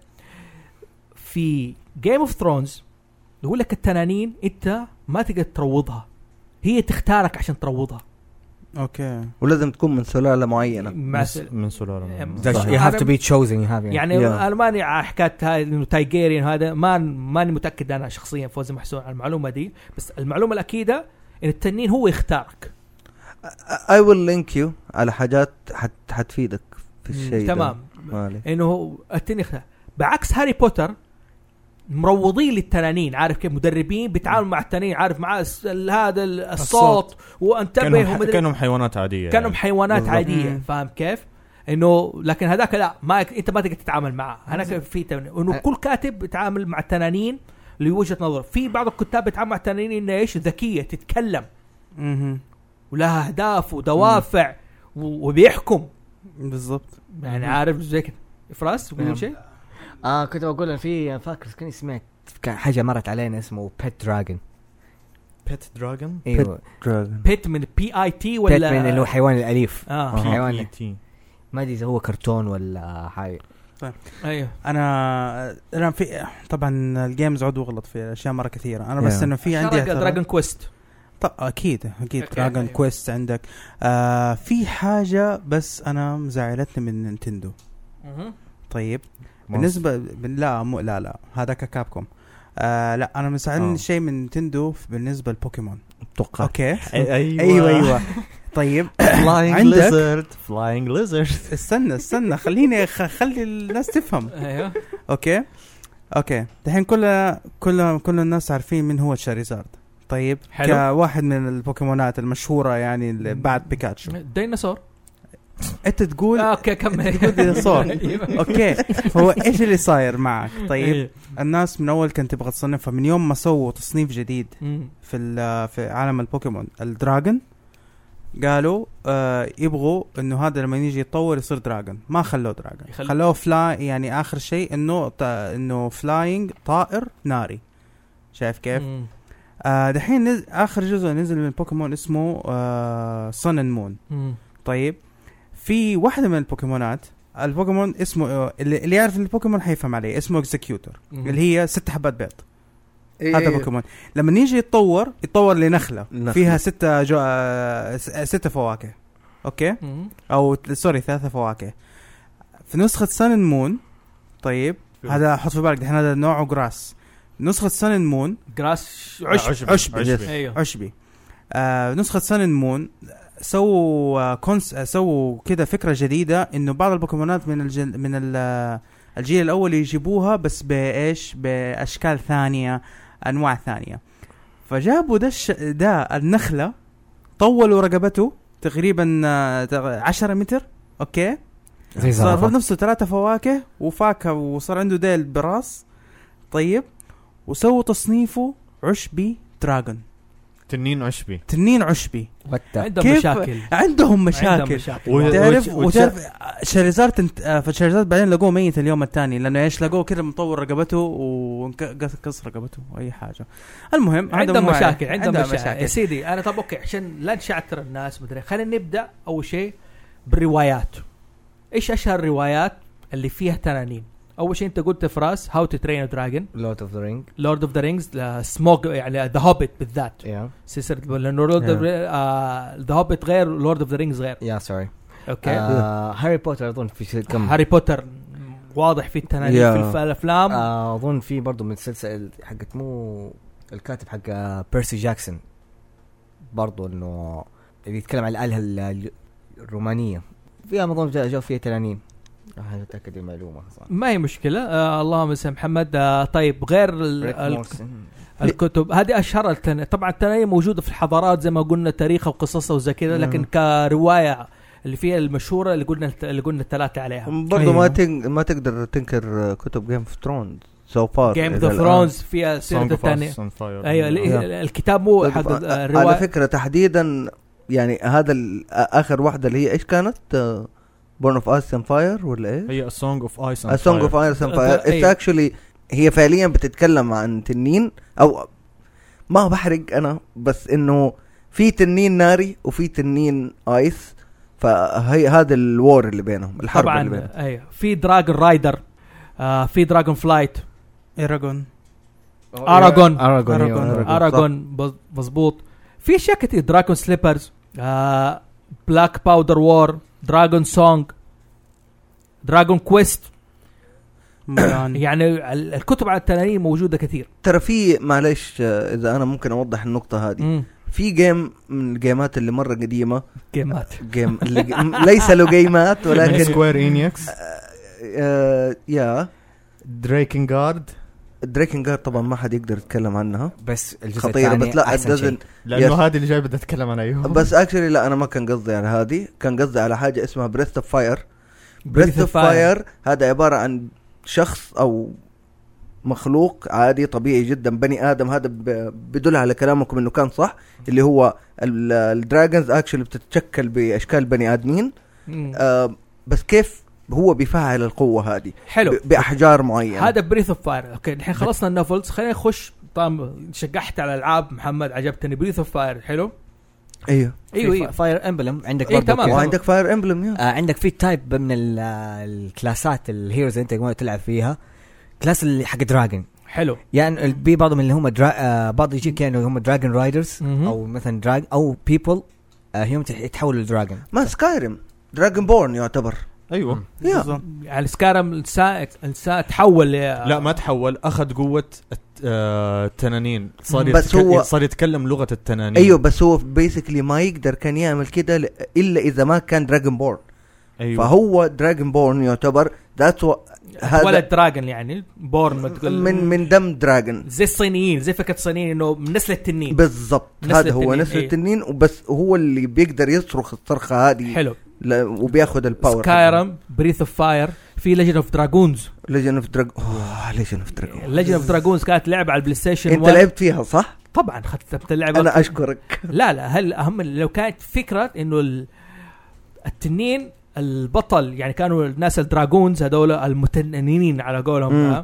في جيم اوف ثرونز يقول لك التنانين انت ما تقدر تروضها هي تختارك عشان تروضها. اوكي ولازم تكون من سلالة معينة من سلالة you have to be chosen you have يعني انا ماني حكايه هاي انه تايجيريان هذا ما ماني متاكد انا شخصيا فوزي محسون على المعلومه دي بس المعلومه الاكيده ان التنين هو يختارك. I will link you على حاجات حت حتفيدك في الشيء تمام انه التنين يختار بعكس هاري بوتر مروضين للتنانين عارف كيف مدربين بيتعاملوا مع التنين عارف مع هذا الصوت وانتبه كانوا حيوانات عاديه كانوا حيوانات بالضبط. عاديه فاهم كيف انه لكن هذاك لا ما انت ما تقدر تتعامل معه. انا في انه كل كاتب بيتعامل مع التنانين لوجهه نظر. في بعض الكتاب بيتعامل مع التنانين انه ايش ذكيه تتكلم ولها اهداف ودوافع وبيحكم بالضبط يعني عارف زي كده. فراس تقول شيء؟ اه كنت بقول في فاكر كني سمعت حاجه مرت علينا اسمه بيت دراجون. بيت دراجون ايوه بيت من بي اي تي ولا بيت من اللي هو حيوان الاليف. اه حيوان ما ادري اذا هو كرتون ولا حاجه. طيب ايوه انا انا في طبعا الجيمز عدو غلط في اشياء مره كثيره انا بس انه في عندي دراجون كويست. طب اكيد اكيد دراجون كويست عندك. آه في حاجه بس انا مزعلتني من نينتندو. طيب بالنسبه لا مو لا لا هذا كابكوم. آه لا انا مساعدني شيء من نينتندو بالنسبه للبوكيمون. اتوقع اوكي ايوه ايوه ايوه طيب فلاينج ليزرد فلاينج ليزرد استنى استنى خليني خلي الناس تفهم. ايوه اوكي اوكي الحين كل كل كل الناس عارفين من هو شاريزارد. طيب حلو. كواحد من البوكيمونات المشهوره يعني اللي بعد بيكاتشو ديناصور. انت تقول اوكي كمل تقول ديناصور. اوكي هو ايش اللي صاير معك؟ طيب الناس من اول كانت تبغى تصنفها من يوم ما سووا تصنيف جديد في في عالم البوكيمون الدراجون قالوا آه يبغوا انه هذا لما يجي يتطور يصير دراجون. ما خلوه دراجون يخل... خلوه فلاي يعني اخر شيء انه تا... انه فلاينج طائر ناري. شايف كيف؟ آه دحين نز... اخر جزء نزل من بوكيمون اسمه آه صن اند مون. طيب في واحدة من البوكيمونات البوكيمون اسمه اللي يعرف البوكيمون حيفهم عليه اسمه اكزيكيوتر اللي هي ست حبات بيض. إيه هذا بوكيمون لما يجي يتطور يتطور لنخلة نخلة. فيها ستة جو... ستة فواكه. اوكي مم. او سوري ثلاثة فواكه. في نسخة سان مون طيب هذا حط في بالك دحين هذا نوعه جراس. نسخة سان مون جراس عشبي عشبي, عشبي. أيوه. عشبي. آه نسخة سان مون سووا كونس سووا كده فكرة جديدة إنه بعض البوكيمونات من الجل من الجيل الأول يجيبوها بس بإيش بأشكال ثانية أنواع ثانية. فجابوا ده الش... ده النخلة طولوا رقبته تقريبا عشرة متر أوكي صار نفسه ثلاثة فواكه وفاكهة وصار عنده ديل براس طيب وسووا تصنيفه عشبي دراجون تنين عشبي تنين عشبي عندهم مشاكل عندهم مشاكل وتعرف وتعرف شاريزارد تنت... فشاريزارد بعدين لقوه ميت اليوم الثاني لانه ايش لقوه كده مطور رقبته وكسر رقبته واي حاجه. المهم عندهم مشاكل عندهم مشاكل, مشاكل. يا سيدي انا طب اوكي عشان لا نشعتر الناس مدري خلينا نبدا اول شيء بالروايات. ايش اشهر الروايات اللي فيها تنانين؟ اول شيء انت قلت فراس هاو تو ترين دراجون لورد اوف ذا رينج لورد اوف ذا رينجز سموك يعني ذا هوبيت بالذات yeah. سلسله لانه لورد ذا هوبيت غير لورد اوف ذا رينجز غير يا سوري اوكي هاري بوتر اظن في كم هاري بوتر واضح في التنانين في الافلام اظن في برضه من السلسله حقت مو الكاتب حق بيرسي جاكسون برضه انه اللي يتكلم عن الآلهة الرومانيه فيها اظن جو فيها تنانين. أنا أتأكد المعلومة صح. ما هي مشكلة آه اللهم اسم محمد. آه طيب غير الكتب هذه أشهر التن... طبعا التنانين موجودة في الحضارات زي ما قلنا تاريخها وقصصها وزي كذا لكن كرواية اللي فيها المشهورة اللي قلنا اللي قلنا الثلاثة عليها برضو أيوه. ما تن... ما تقدر تنكر كتب جيم اوف ثرونز سو فار جيم اوف ثرونز فيها سيرة الثانية أيوة الكتاب مو حق الرواية على فكرة تحديدا يعني هذا آخر واحدة اللي هي إيش كانت Born of Ice and Fire ولا إيه؟ هي A Song of Ice and A Song of Ice and Fire. It's actually هي فعليا بتتكلم عن تنين أو ما بحرق أنا بس إنه في تنين ناري وفي تنين آيس فهي هذا الوار اللي بينهم الحرب طبعاً اللي بينهم. أيوة في دراجون رايدر آه في دراجون فلايت إيراغون أراغون أراغون أراغون مظبوط. في أشياء كتير دراجون سليبرز آه بلاك باودر وار دراجون سونج دراجون كويست يعني الكتب على التنانين موجودة كثير. ترى في معلش إذا أنا ممكن أوضح النقطة هذه مم. في جيم من الجيمات اللي مرة قديمة جيمات جيم اللي ليس له جيمات ولكن سكوير إنيكس يا دريكنجارد دريكنجارد طبعا ما حد يقدر يتكلم عنها بس الجزء خطيرة بس لا الدزن لأنه هذه اللي جاي بدي أتكلم عنها أيوه بس اكشلي لا أنا ما كان قصدي على هذه كان قصدي على حاجة اسمها بريث اوف فاير. بريث اوف فاير هذا عبارة عن شخص أو مخلوق عادي طبيعي جدا بني آدم هذا بدل على كلامكم إنه كان صح اللي هو الدراجونز اكشلي بتتشكل بأشكال بني آدمين آه بس كيف هو بيفعل القوة هذه حلو بأحجار معينة. هذا بريث اوف فاير. اوكي الحين خلصنا النوفلز خلينا نخش. طبعا شجعت على العاب محمد عجبتني بريث اوف فاير حلو. ايوه ايوه, أيوه. فاير امبلم عندك إيه برضه وعندك فاير امبلم آه عندك في تايب من الكلاسات الهيروز انت ما تلعب فيها كلاس اللي حق دراجون حلو يعني بي بعض من اللي هم درا... آه بعض يجي كانوا هم دراجون رايدرز او مثلا دراج او بيبل آه هم يتحولوا لدراجون. ما سكايرم دراجون بورن يعتبر ايوه يا يعني سكارم السائق السائق تحول لا ما تحول اخذ قوه التنانين صار بس يتكلم هو صار يتكلم لغه التنانين. ايوه بس هو بيسكلي ما يقدر كان يعمل كده الا اذا ما كان دراجون بورن. أيوة. فهو دراجون بورن يعتبر ذات ولد دراجون يعني بورن من من دم دراجون زي الصينيين زي فكره الصينيين انه من نسل التنين بالضبط. هذا هو نسل ايه. التنين وبس هو اللي بيقدر يصرخ الصرخه هذه حلو وبياخد الباور. سكايرم بريث اوف فاير في ليجند اوف دراجونز ليجند اوف دراج اوه ليجند اوف دراجونز ليجند اوف دراجونز كانت لعبه على البلاي ستيشن. انت لعبت فيها صح؟ طبعا خدت اللعبه. انا اشكرك. لا لا هل اهم لو كانت فكره انه التنين البطل يعني كانوا الناس الدراجونز هذول المتنانين على قولهم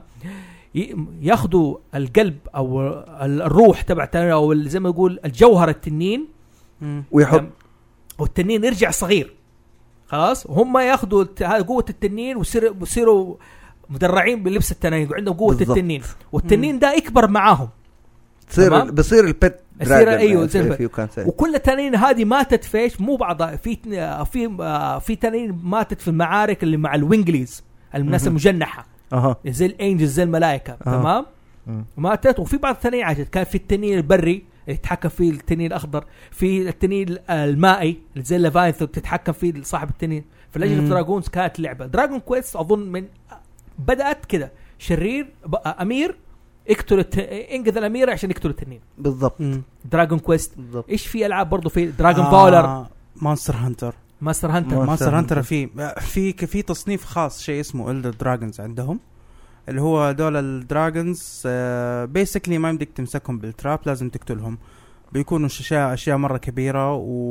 ياخذوا القلب او الروح تبع او زي ما يقول الجوهر التنين ويحط والتنين يرجع صغير خلاص هم ياخذوا قوه التنين ويصيروا يصيروا مدرعين بلبس التنين عندهم قوه بالضبط. التنين والتنين ده يكبر معاهم تصير بصير البت دراجون. ايوه يعني وكل التنين هذه ماتت فيش مو بعضها في في في تنين ماتت في المعارك اللي مع الوينجليز الناس المجنحه اها زي الانجلز زي الملائكه. أه. تمام مم. ماتت. وفي بعض التنين عاشت. كان في التنين البري اللي يتحكم فيه التنين الاخضر, في التنين المائي اللي زي لافاينث تتحكم فيه صاحب التنين. في ليجند اوف دراجونز كانت لعبه دراجون كويست اظن من بدات كده شرير امير اقتل الت... انقذ الامير عشان يقتل التنين بالضبط. دراجون كويست بالضبط. ايش في العاب برضو في دراجون فولر آه مونستر هانتر ماستر هانتر ماستر هانتر في في في تصنيف خاص شيء اسمه إلدر دراجونز عندهم, اللي هو دول الدراجونز بيسكلي ما يمديك تمسكهم بالتراب, لازم تقتلهم. بيكونوا اشياء اشياء مره كبيره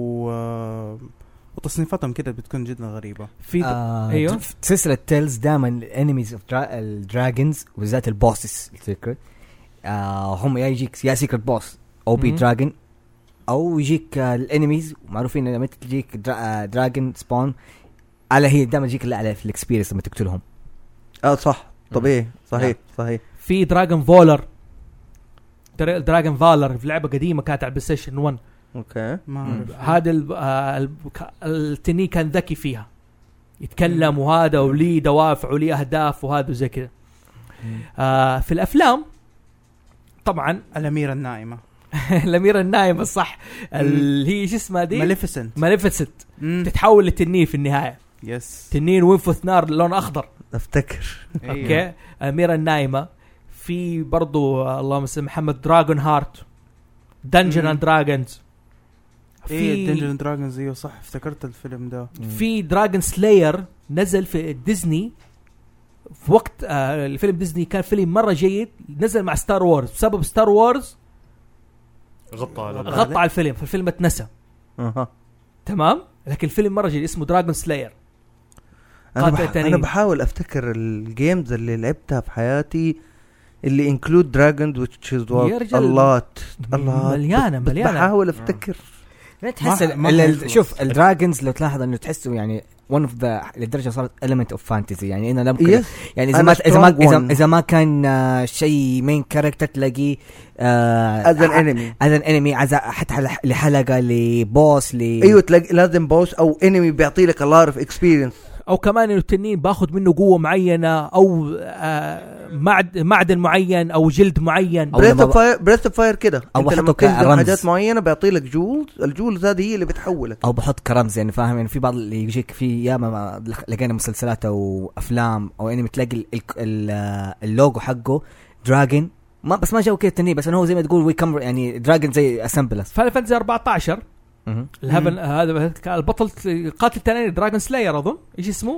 و وتصنيفاتهم كده بتكون جدا غريبه. في آه ايوه سلسله تيلز دائما الانميز اوف الدراجونز وبالذات البوسس السيكرت آه هم يا يجيك يا سيكرت بوس او بي دراجون, او يجيك آه الانميز معروفين لما تجيك درا آه دراجون سبون على هي دائما يجيك على في الاكسبيرينس لما تقتلهم. اه صح طبيعي صحيح صحيح. في دراجون فولر دراجون فالر في لعبه قديمه كانت على البلاي ستيشن واحد. اوكي هذا التنين كان ذكي فيها يتكلم وهذا وليه دوافع وليه اهداف وهذا زي كذا. آه في الافلام طبعا الاميره النائمه الاميره النائمه صح اللي هي ايش اسمها دي ماليفيسنت ماليفيسنت تتحول لتنين في النهايه. يس تنين وينفث نار لون اخضر افتكر. اوكي الاميره النائمه. في برضو اللهم صل محمد دراجون هارت دنجن اند دراجونز. في دنجن اند دراجونز ايوه صح افتكرت الفيلم ده. في دراجون سلاير نزل في ديزني في وقت آه الفيلم ديزني كان فيلم مره جيد, نزل مع ستار وورز بسبب ستار وورز غطى على غطى على الفيلم فالفيلم اتنسى. اها تمام. لكن الفيلم مره جيد اسمه دراجون سلاير. انا, بح... أنا بحاول افتكر الجيمز اللي لعبتها في حياتي اللي انكلود دراجونز which is what الله الله مليانه مليانه بحاول افتكر. لا تحس ال... شوف الدراجونز لو تلاحظ انه تحسوا يعني one of the لدرجه صارت element of fantasy يعني انا لم yes. يعني اذا ما اذا ما إذا, اذا ما كان uh, شيء مين كاركتر تلاقيه as an enemy as an enemy عز حتى لحلقه لبوس ل ايوه تلاقي لازم بوس او enemy بيعطي لك a lot of experience, او كمان انه التنين باخذ منه قوه معينه او آه معد معدن معين او جلد معين. بريث اوف فاير بريث اوف فاير كده او بحطه كرمز حاجات معينه بيعطي لك جولز. الجولز هذه هي اللي بتحولك. او بحط كرمز يعني فاهم يعني في بعض اللي يجيك في ياما لقينا مسلسلات او افلام او انمي تلاقي اللوجو حقه دراجون ما بس ما جاوا كده التنين بس انه هو زي ما تقول وي كم يعني دراجون زي اسمبلس. فاينل فانتسي أربعة عشر الهبل هذا البطل قاتل تنين دراجون سلاير اظن ايش اسمه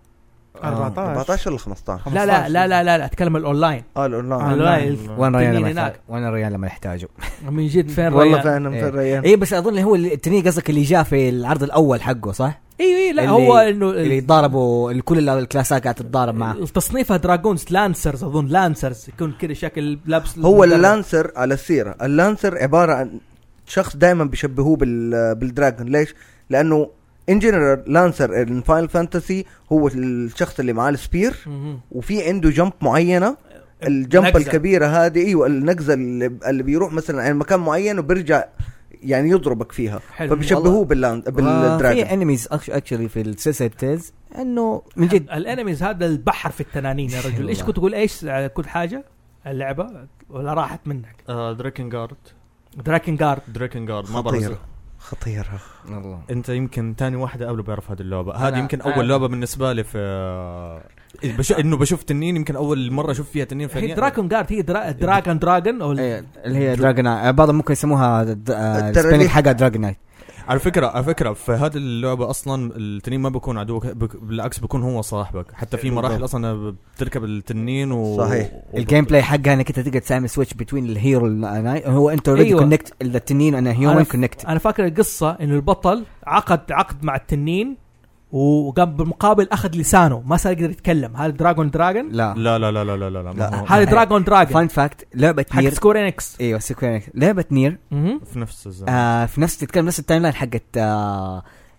أربعة عشر ولا خمسة عشر. لا لا لا لا لا, لا اتكلم الاونلاين. اه الاونلاين وين ريان لما وين ريان لما يحتاجه من جد فين ريان والله فعلا فين ريان. اي بس اظن هو التنين قصدك اللي جاء في العرض الاول حقه صح. ايوه اي لا هو انه اللي يتضاربوا كل الكلاسات قاعده تتضارب معه. التصنيفها دراجونز لانسرز اظن لانسرز يكون كذا شكل لابس. هو اللانسر على السيره اللانسر عباره عن شخص دائما بيشبهوه بالدراجون. ليش؟ لانه ان جنرال لانسر ان فاينل فانتسي هو الشخص اللي معاه السبير وفي عنده جمب معينه. الجمب الكبيره هذه ايوه النقزه اللي بيروح مثلا عن مكان معين وبيرجع يعني يضربك فيها فبيشبهوه باللاند بالدراجون. في انميز اكشلي في السلسله تيلز انه من جد الانميز هذا البحر في التنانين يا رجل. ايش كنت تقول ايش كل حاجه اللعبه ولا راحت منك؟ آه دراكنجارد دراكنجارد دراكنجارد ما بعرف خطيرة والله. انت يمكن تاني واحدة قبله بيعرف هذه اللعبة. هذه يمكن اول لعبة بالنسبة لي في بش... انه بشوف تنين يمكن اول مرة اشوف فيها تنين. هي دراكون جارد هي درا... دراجون دراجون او اللي هي دراجون بعضهم ممكن يسموها سبيلنج حاجة دراجونايت. على فكرة على فكرة في هذه اللعبة أصلا التنين ما بيكون عدوك بك... بالعكس بيكون هو صاحبك. حتى في مراحل أصلا بتركب التنين و... صحيح. و... الجيم بلاي حقها انك انت تقدر تعمل سويتش بين الهيرو والنايت. هو انت اوريدي أيوة. كونكت التنين وانا هيومن كونكت. انا فاكر القصة انه البطل عقد عقد مع التنين وقام بالمقابل اخذ لسانه ما صار يقدر يتكلم. هذا دراجون دراجون لا لا لا لا لا لا, لا, لا. هذا دراجون دراجون. فان فاكت لعبة نير سكويرينكس. ايوه سكويرينكس لعبة نير م- في نفس الزمن آه في نفس تتكلم نفس التايم لاين حقت آه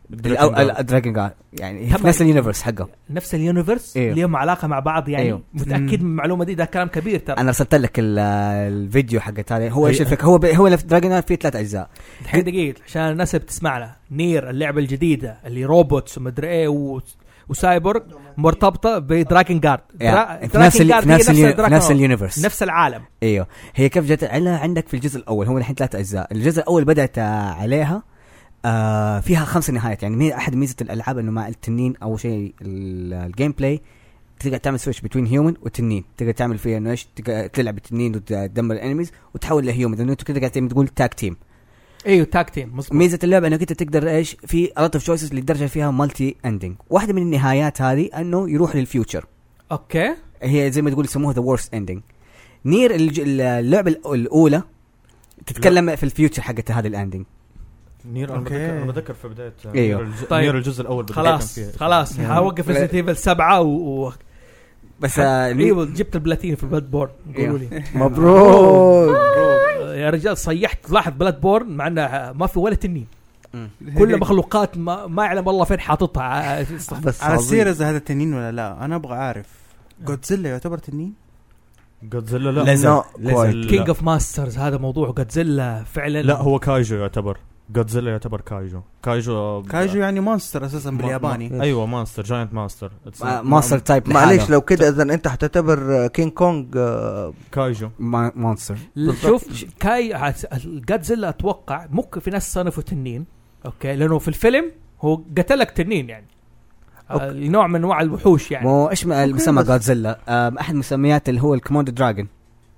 دراجون جارد يعني نفس اليونيفرس حقه نفس اليونيفرس أيوه. ليهم علاقه مع بعض يعني أيوه. متاكد من المعلومه دي؟ ده كلام كبير ترى. انا ارسلت لك الفيديو حق هذا. هو ايش الفكره؟ هو هو دراجون جارد فيه ثلاث اجزاء. الحين دقيقه عشان الناس اللي بتسمعنا، نير اللعبه الجديده اللي روبوتس ومدري ايه و... وسايبورغ مرتبطه بدراجون جارد. درا... في نفس ال... نفس, ال... نفس اليونيفرس نفس العالم. ايوه هي كيف جت على عندك في الجزء الاول؟ هو الحين ثلاث اجزاء. الجزء الاول بدات عليها آه فيها خمس نهايات. يعني مي احد ميزه الالعاب انه مع التنين اول شيء الجيم بلاي تقدر تعمل سويتش بين هيومن والتنين. تقدر تعمل فيها انه ايش تلعب بالتنين وتدمر الانميز وتحول لهيومن لانه انت كده قاعد تقول تاك تيم. ايوه تاك تيم مظبوط. ميزه اللعبه انك انت تقدر ايش في a lot of choices للدرجه فيها مالتي اندنج. واحده من النهايات هذه انه يروح للفيوتشر. اوكي هي زي ما تقول يسموها ذا وورست اندنج. نير اللعبه الاولى تتكلم لا. في الفيوتشر حقت هذا الاندنج. نير انا بتذكر انا بتذكر في بدايه أيوه. نير, الج... طيب. نير الجزء الاول خلاص خلاص هوقف ريزنت ايفل سبعة و... و... بس ايوه جبت البلاتين في بلاد بورن. قولوا لي مبروك يا رجال. صيحت لاحظ بلاد بورن مع انه ما في ولا تنين، كل مخلوقات ما, ما يعلم الله فين حاططها. بس على السيريز هذا تنين ولا لا؟ انا ابغى اعرف. جودزيلا يعتبر تنين؟ جودزيلا لا كينج اوف ماسترز هذا موضوع جودزيلا فعلا. لا هو كايجو يعتبر. جودزيلا يعتبر كايجو. كايجو كايجو يعني مونستر اساسا بالياباني. ما ايوه مونستر جاينت ماستر مونستر تايب. معليش لو كده اذا انت حتعتبر كينج كونج كايجو مونستر. شوف كاي جودزيلا اتوقع ممكن في ناس صنفوا تنين اوكي لانه في الفيلم هو قتلك تنين يعني أوكي. نوع من انواع الوحوش يعني. مو ايش المسمى جودزيلا؟ احد مسميات اللي هو الكوماندو دراجون.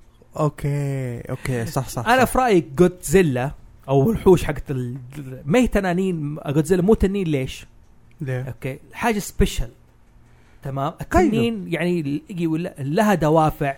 اوكي اوكي صح صح انا صح. في رايي جودزيلا او الوحوش حقت ما هي تنانين. جودزيلا مو تنين. ليش؟ ليه؟ اوكي حاجه سبيشال تمام. التنين يعني لها دوافع.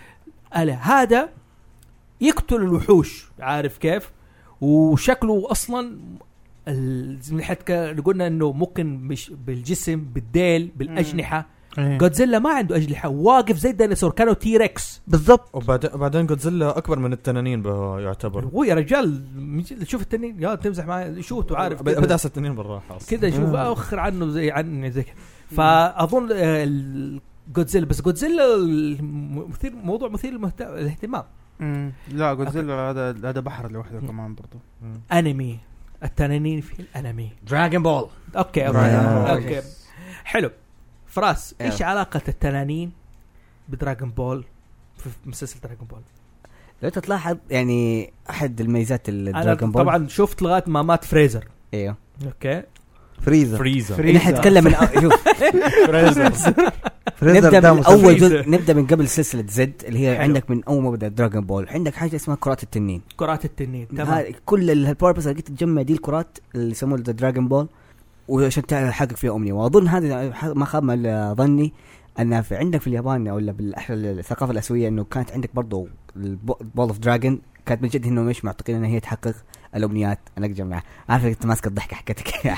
هذا يقتل الوحوش عارف كيف، وشكله اصلا من حتى قلنا انه ممكن مش بالجسم بالديل بالاجنحه. جودزيلا ما عنده اجنحه واقف زي الديناصور كانوا تي ريكس بالضبط. وبعدين جودزيلا اكبر من التنانين يعتبر. هو يا رجال شوف التنين يا تمزح معي شو تعرف بدأ التنين بالراحه كده شوف اخر عنه زي عنه زي كده. فاظن جودزيلا بس جودزيلا مثير موضوع مثير للاهتمام. لا جودزيلا هذا هذا بحر لوحده كمان برضه. انمي التنانين في الانمي دراغون بول. اوكي اوكي, أوكي. حلو فراس. ايش علاقه التنانين بدراغون بول في مسلسل دراغون بول؟ لو تلاحظ يعني احد الميزات الدراغون بول طبعا شفت لغايه ما مات فريزر. ايوه اوكي فريزر فريزر نحن نتكلم من أ... شوف فريزر نبدا من اول جزء. نبدا من قبل سلسله زد اللي هي حلو. عندك من اول ما بدا دراغون بول عندك حاجه اسمها كرات التنين. كرات التنين تمام. كل البوربس اللي تجمع دي الكرات اللي يسموها دراغون بول وعشان تحقق فيها امنيه. واظن هذا ما خاب ظني ان في عندك في اليابان ولا بالاحلى الثقافه الاسيويه انه كانت عندك برضو البول اوف دراجون كانت من جد انه مش معتقدين ان هي تحقق الامنيات. انا اجمع عارف انت ماسك الضحكه حقتك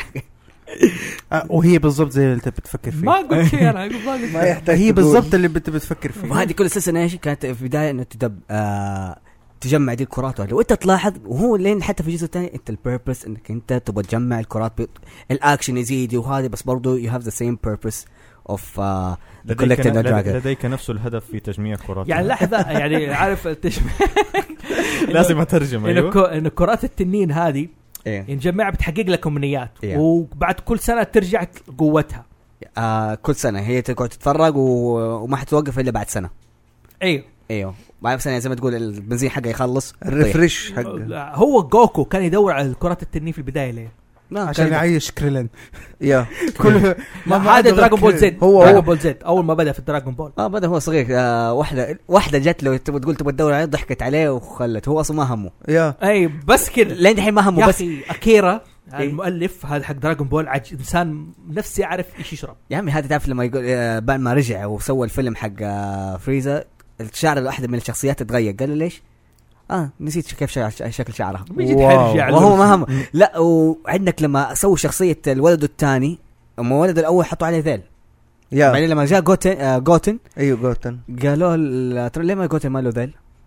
وهي بالضبط زي اللي انت بتفكر فيه. ما قلت شيء انا ما يحتاج. هي بالضبط اللي انت بتفكر فيه. وهذه كل السلسله ايش كانت في البدايه انه تدب آه تجمع دي الكرات. وهذا وانت تلاحظ وهو لين حتى في الجزء الثاني انت البيربس انك انت تبغى تجمع الكرات الاكشن يزيد وهذا بس برضو you have the same purpose of uh, the collecting the dragon. لديك نفس الهدف في تجميع كرات. يعني لحظه يعني عارف التجميع لازم اترجم. ايوه ان كرات التنين هذه إيه؟ نجمعها بتحقق لك امنيات. إيه؟ وبعد كل سنه ترجع قوتها. آه كل سنه هي تقعد تتفرج و... وما حتوقف الا بعد سنه. ايوه ايوه بعد سنه زي ما تقول البنزين حقه يخلص الريفريش حقه. هو جوكو كان يدور على كرات التنين في البدايه ليه؟ عشان يعيش كريلين. يا كل ما هذا دراغون بول زد. هو دراغون بول زد اول ما بدا في دراغون بول اه بدا هو صغير. آه واحده واحده جت له تبغى تقول تبغى تدور عليه ضحكت عليه وخلت هو اصلا ما همه. يا اي بس كده لين الحين ما همه. بس اكيرا المؤلف هذا حق دراغون بول عج... انسان نفسي يعرف ايش يشرب يا عمي. هذا تعرف لما يقول آه بعد ما رجع وسوى الفيلم حق آه فريزا الشعر الواحده من الشخصيات تتغير. قال له ليش؟ اه نسيت كيف شعر شكل شعرها وهو ما هم. لا وعندك لما سووا شخصيه الولد الثاني اما ولد الاول حطوا عليه ذيل. يا بعدين لما جاء جوتن آه جوتن ايوه جوتن قالوا ترى ليه ما جوتن ما له ذيل؟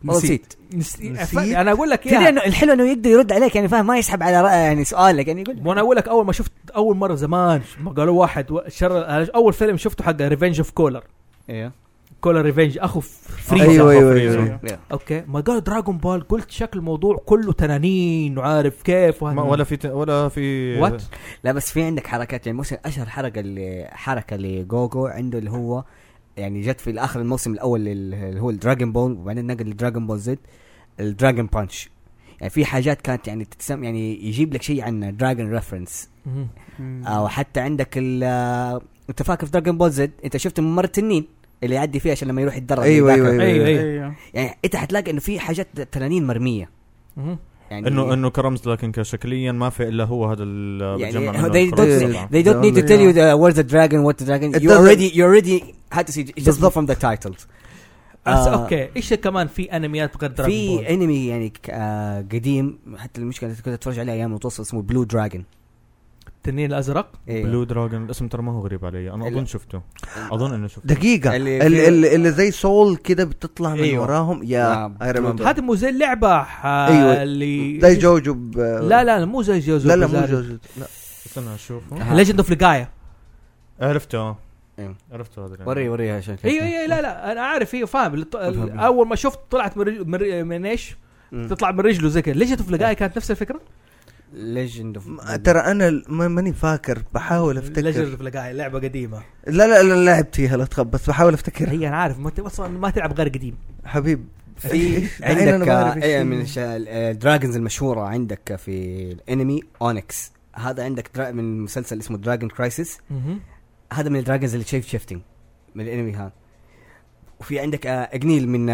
نسيت نسيت. انا اقول لك اياها الحلو انه يقدر يرد عليك يعني فاهم ما يسحب على رأي يعني سؤالك يعني يقول. وانا اقول لك اول ما شفت اول مره زمان ما قالوا واحد شر اول فيلم شفته حق ريفنج اوف كولر ايوه كولر ريفنج اخو فريزر. أيوة أيوة أيوة. اوكي ما قال دراغون بول قلت شكل الموضوع كله تنانين وعارف كيف ولا في ت... ولا في وات. لا بس في عندك حركات يعني مثلا اشهر حركه اللي حركه لجوجو عنده اللي هو يعني جت في الاخر الموسم الاول اللي هو الدراغون بول وبعدين نقل الدراغون بول زد الدراغون بانش. يعني في حاجات كانت يعني تتسم يعني يجيب لك شيء عن دراغون ريفرنس او حتى عندك ال انت فاكر في دراغون بول زد انت شفت ممر التنين اللي يعدي فيه عشان لما يروح يتدرب. أيوة أيوة أيوة, أيوة, أيوة, أيوة. يعني انت حتلاقي انه في حاجات تنانين مرميه يعني انه انه كرمز لكن كشكليا ما في الا هو هذا الجمع يعني they don't, they don't need to tell you the, where's the dragon what the dragon you already you already had to see just from the titles. بس اوكي ايش كمان في انميات غير دراغون بول؟ في انمي يعني آه قديم حتى المشكله كنت اتفرج عليه ايام متوسط اسمه بلو دراجون التنين الازرق. إيه. بلو دراجون الاسم ترى ما هو غريب علي انا اظن شفته اظن انه شفته دقيقه اللي, اللي, اللي, اللي زي سول كده بتطلع من أيوة. وراهم يا هذا مو زي اللعبه أيوة. اللي زي جوجو ب... لا لا مو زي جوجو لا لا مو جوجو لا استنى اشوفه ليجند اوف ليجايا عرفته ايوه عرفته هذا وري وري عشان ايوه ايوه لا لا انا عارف ايوه فاهم اول ما شفت طلعت من من, من ايش تطلع من رجله زي كده. ليجند اوف ليجايا كانت نفس الفكره ليجند اوف ترى انا ماني فاكر بحاول افتكر. ليجند اوف ليجايا لعبه قديمه لا لا لا لعبت فيها لا تخبط بس بحاول افتكر. هي انا عارف ما اصلا ما تلعب غير قديم حبيب. في عندك ايه من الدراجونز المشهوره عندك في الانمي اونكس هذا عندك من مسلسل اسمه دراجون كرايسيس هذا من الدراجونز اللي شيف شيفتنج من الانمي هذا. وفي عندك اجنيل من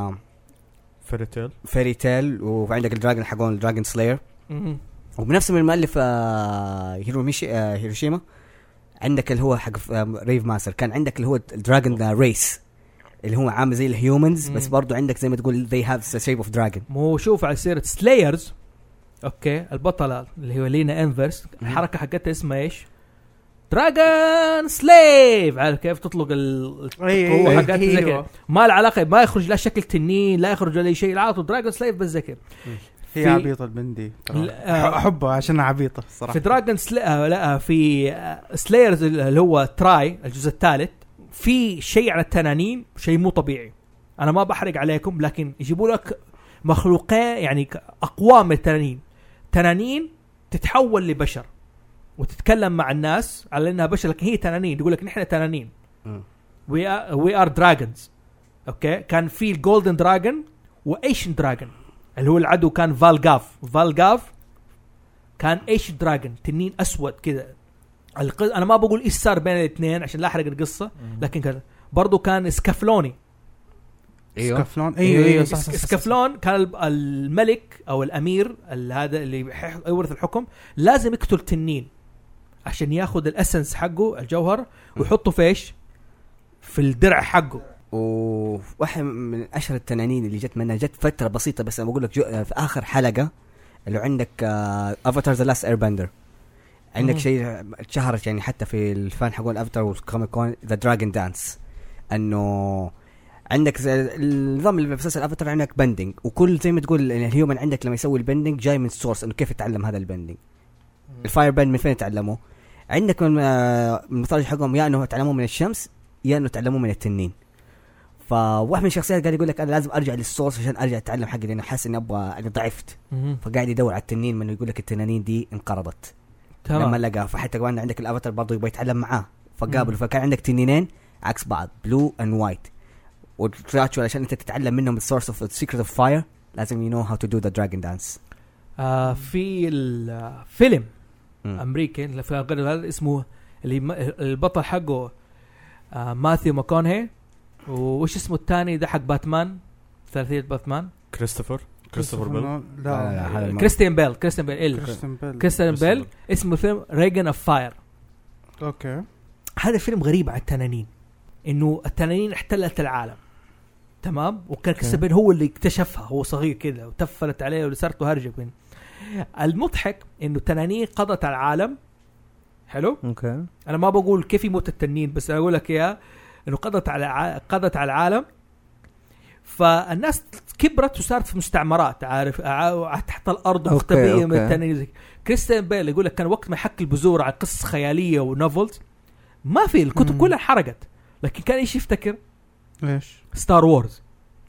فيري تيل فيري تيل وعندك الدراجون حقون الدراجون سلاير وبنفس من المؤلف هيروميشي هيروشيما عندك اللي هو حق ريف ماستر كان عندك اللي هو الدراجون ريس اللي هو عامل زي الهيومنز بس برضو عندك زي ما تقول they have the shape of dragon. مو شوف على سيرة سلايرز اوكي البطلة اللي هو لينا انفرس الحركة حقتها اسمها ايش دراجون سليف عارف كيف تطلق القوة حقتها زي كده ما العلاقة ما يخرج لا شكل تنين لا يخرج ولا شيء العاطو دراجون سليف بس زي كده. هي عبيطة البندي احبها عشان عبيطة الصراحة. في دراجون سلا... لا في سلايرز اللي هو تراي الجزء الثالث في شيء على التنانين شيء مو طبيعي. انا ما بحرق عليكم لكن يجيبوا لك مخلوقين يعني اقوام من التنانين تنانين تتحول لبشر وتتكلم مع الناس على انها بشر لكن هي تنانين يقول لك نحن تنانين وي وي ار دراجونز. اوكي كان في الجولدن دراجون وايشن دراجون اللي هو العدو كان فالغاف فالغاف كان ايش دراجون تنين اسود كذا. القصة انا ما بقول ايش صار بين الاثنين عشان لا احرق القصه لكن كان برضو كان سكافلوني. ايوه سكافلون ايوه ايوه صح صح سكافلون كان الملك او الامير هذا اللي يورث الحكم لازم يقتل تنين عشان ياخذ الاسنس حقه الجوهر ويحطه في ايش في الدرع حقه. وواحد من اشهر التنانين اللي جت منها جت فتره بسيطه بس انا بقول لك في اخر حلقه اللي عندك افاتار ذا لاست ايربندر عندك شيء اتشهرت يعني حتى في الفان حقون افاتار والكوميك كون ذا دراجون دانس انه عندك النظام اللي في مسلسل افاتار عندك بندنج وكل زي ما تقول الهيومن عندك لما يسوي البندنج جاي من سورس انه كيف يتعلم هذا البندنج. الفاير بند من فين تعلموه عندك من المثال حقهم يا انه تعلموه من الشمس يا انه تعلموه من التنين. فواحد من الشخصيات قاعد يقول لك انا لازم ارجع للسورس عشان ارجع اتعلم حقي لانه حاسس اني ابغى انا ضعفت فقاعد يدور على التنين من يقول لك التنانين دي انقرضت لما لقى. فحتى كمان عندك الافاتار برضه يبغى يتعلم معاه فقابله فكان عندك تنينين عكس بعض بلو اند وايت وتراتشوا عشان انت تتعلم منهم السورس اوف سيكريت اوف فاير لازم يو نو هاو تو دو ذا دراجون دانس. في الفيلم امريكي اللي في هذا اسمه اللي البطل حقه آه ماثيو ماكونهي وش اسمه الثاني ده حق باتمان ثلاثية باتمان كريستوفر كريستوفر بيل لا كريستيان بيل كريستيان بيل كريستيان بيل اسمه فيلم ريجن اوف فاير. اوكي هذا فيلم غريب على التنانين انه التنانين احتلت العالم تمام وكان كريستيان هو اللي اكتشفها هو صغير كده وتفلت عليه ولسرته هرجه من المضحك انه التنانين قضت على العالم. حلو اوكي انا ما بقول كيف يموت التنين بس اقول لك يا انه قضت على ع... قضت على العالم. فالناس كبرت وصارت في مستعمرات عارف ع- تحت الارض أوكي، مختبيه من أوكي. التنانين. كريستيان بيل يقول لك كان وقت ما يحكي البذور عن قصص خياليه ونوفلز ما في الكتب مم. كلها حرقت، لكن كان ايش يفتكر ليش ستار وورز.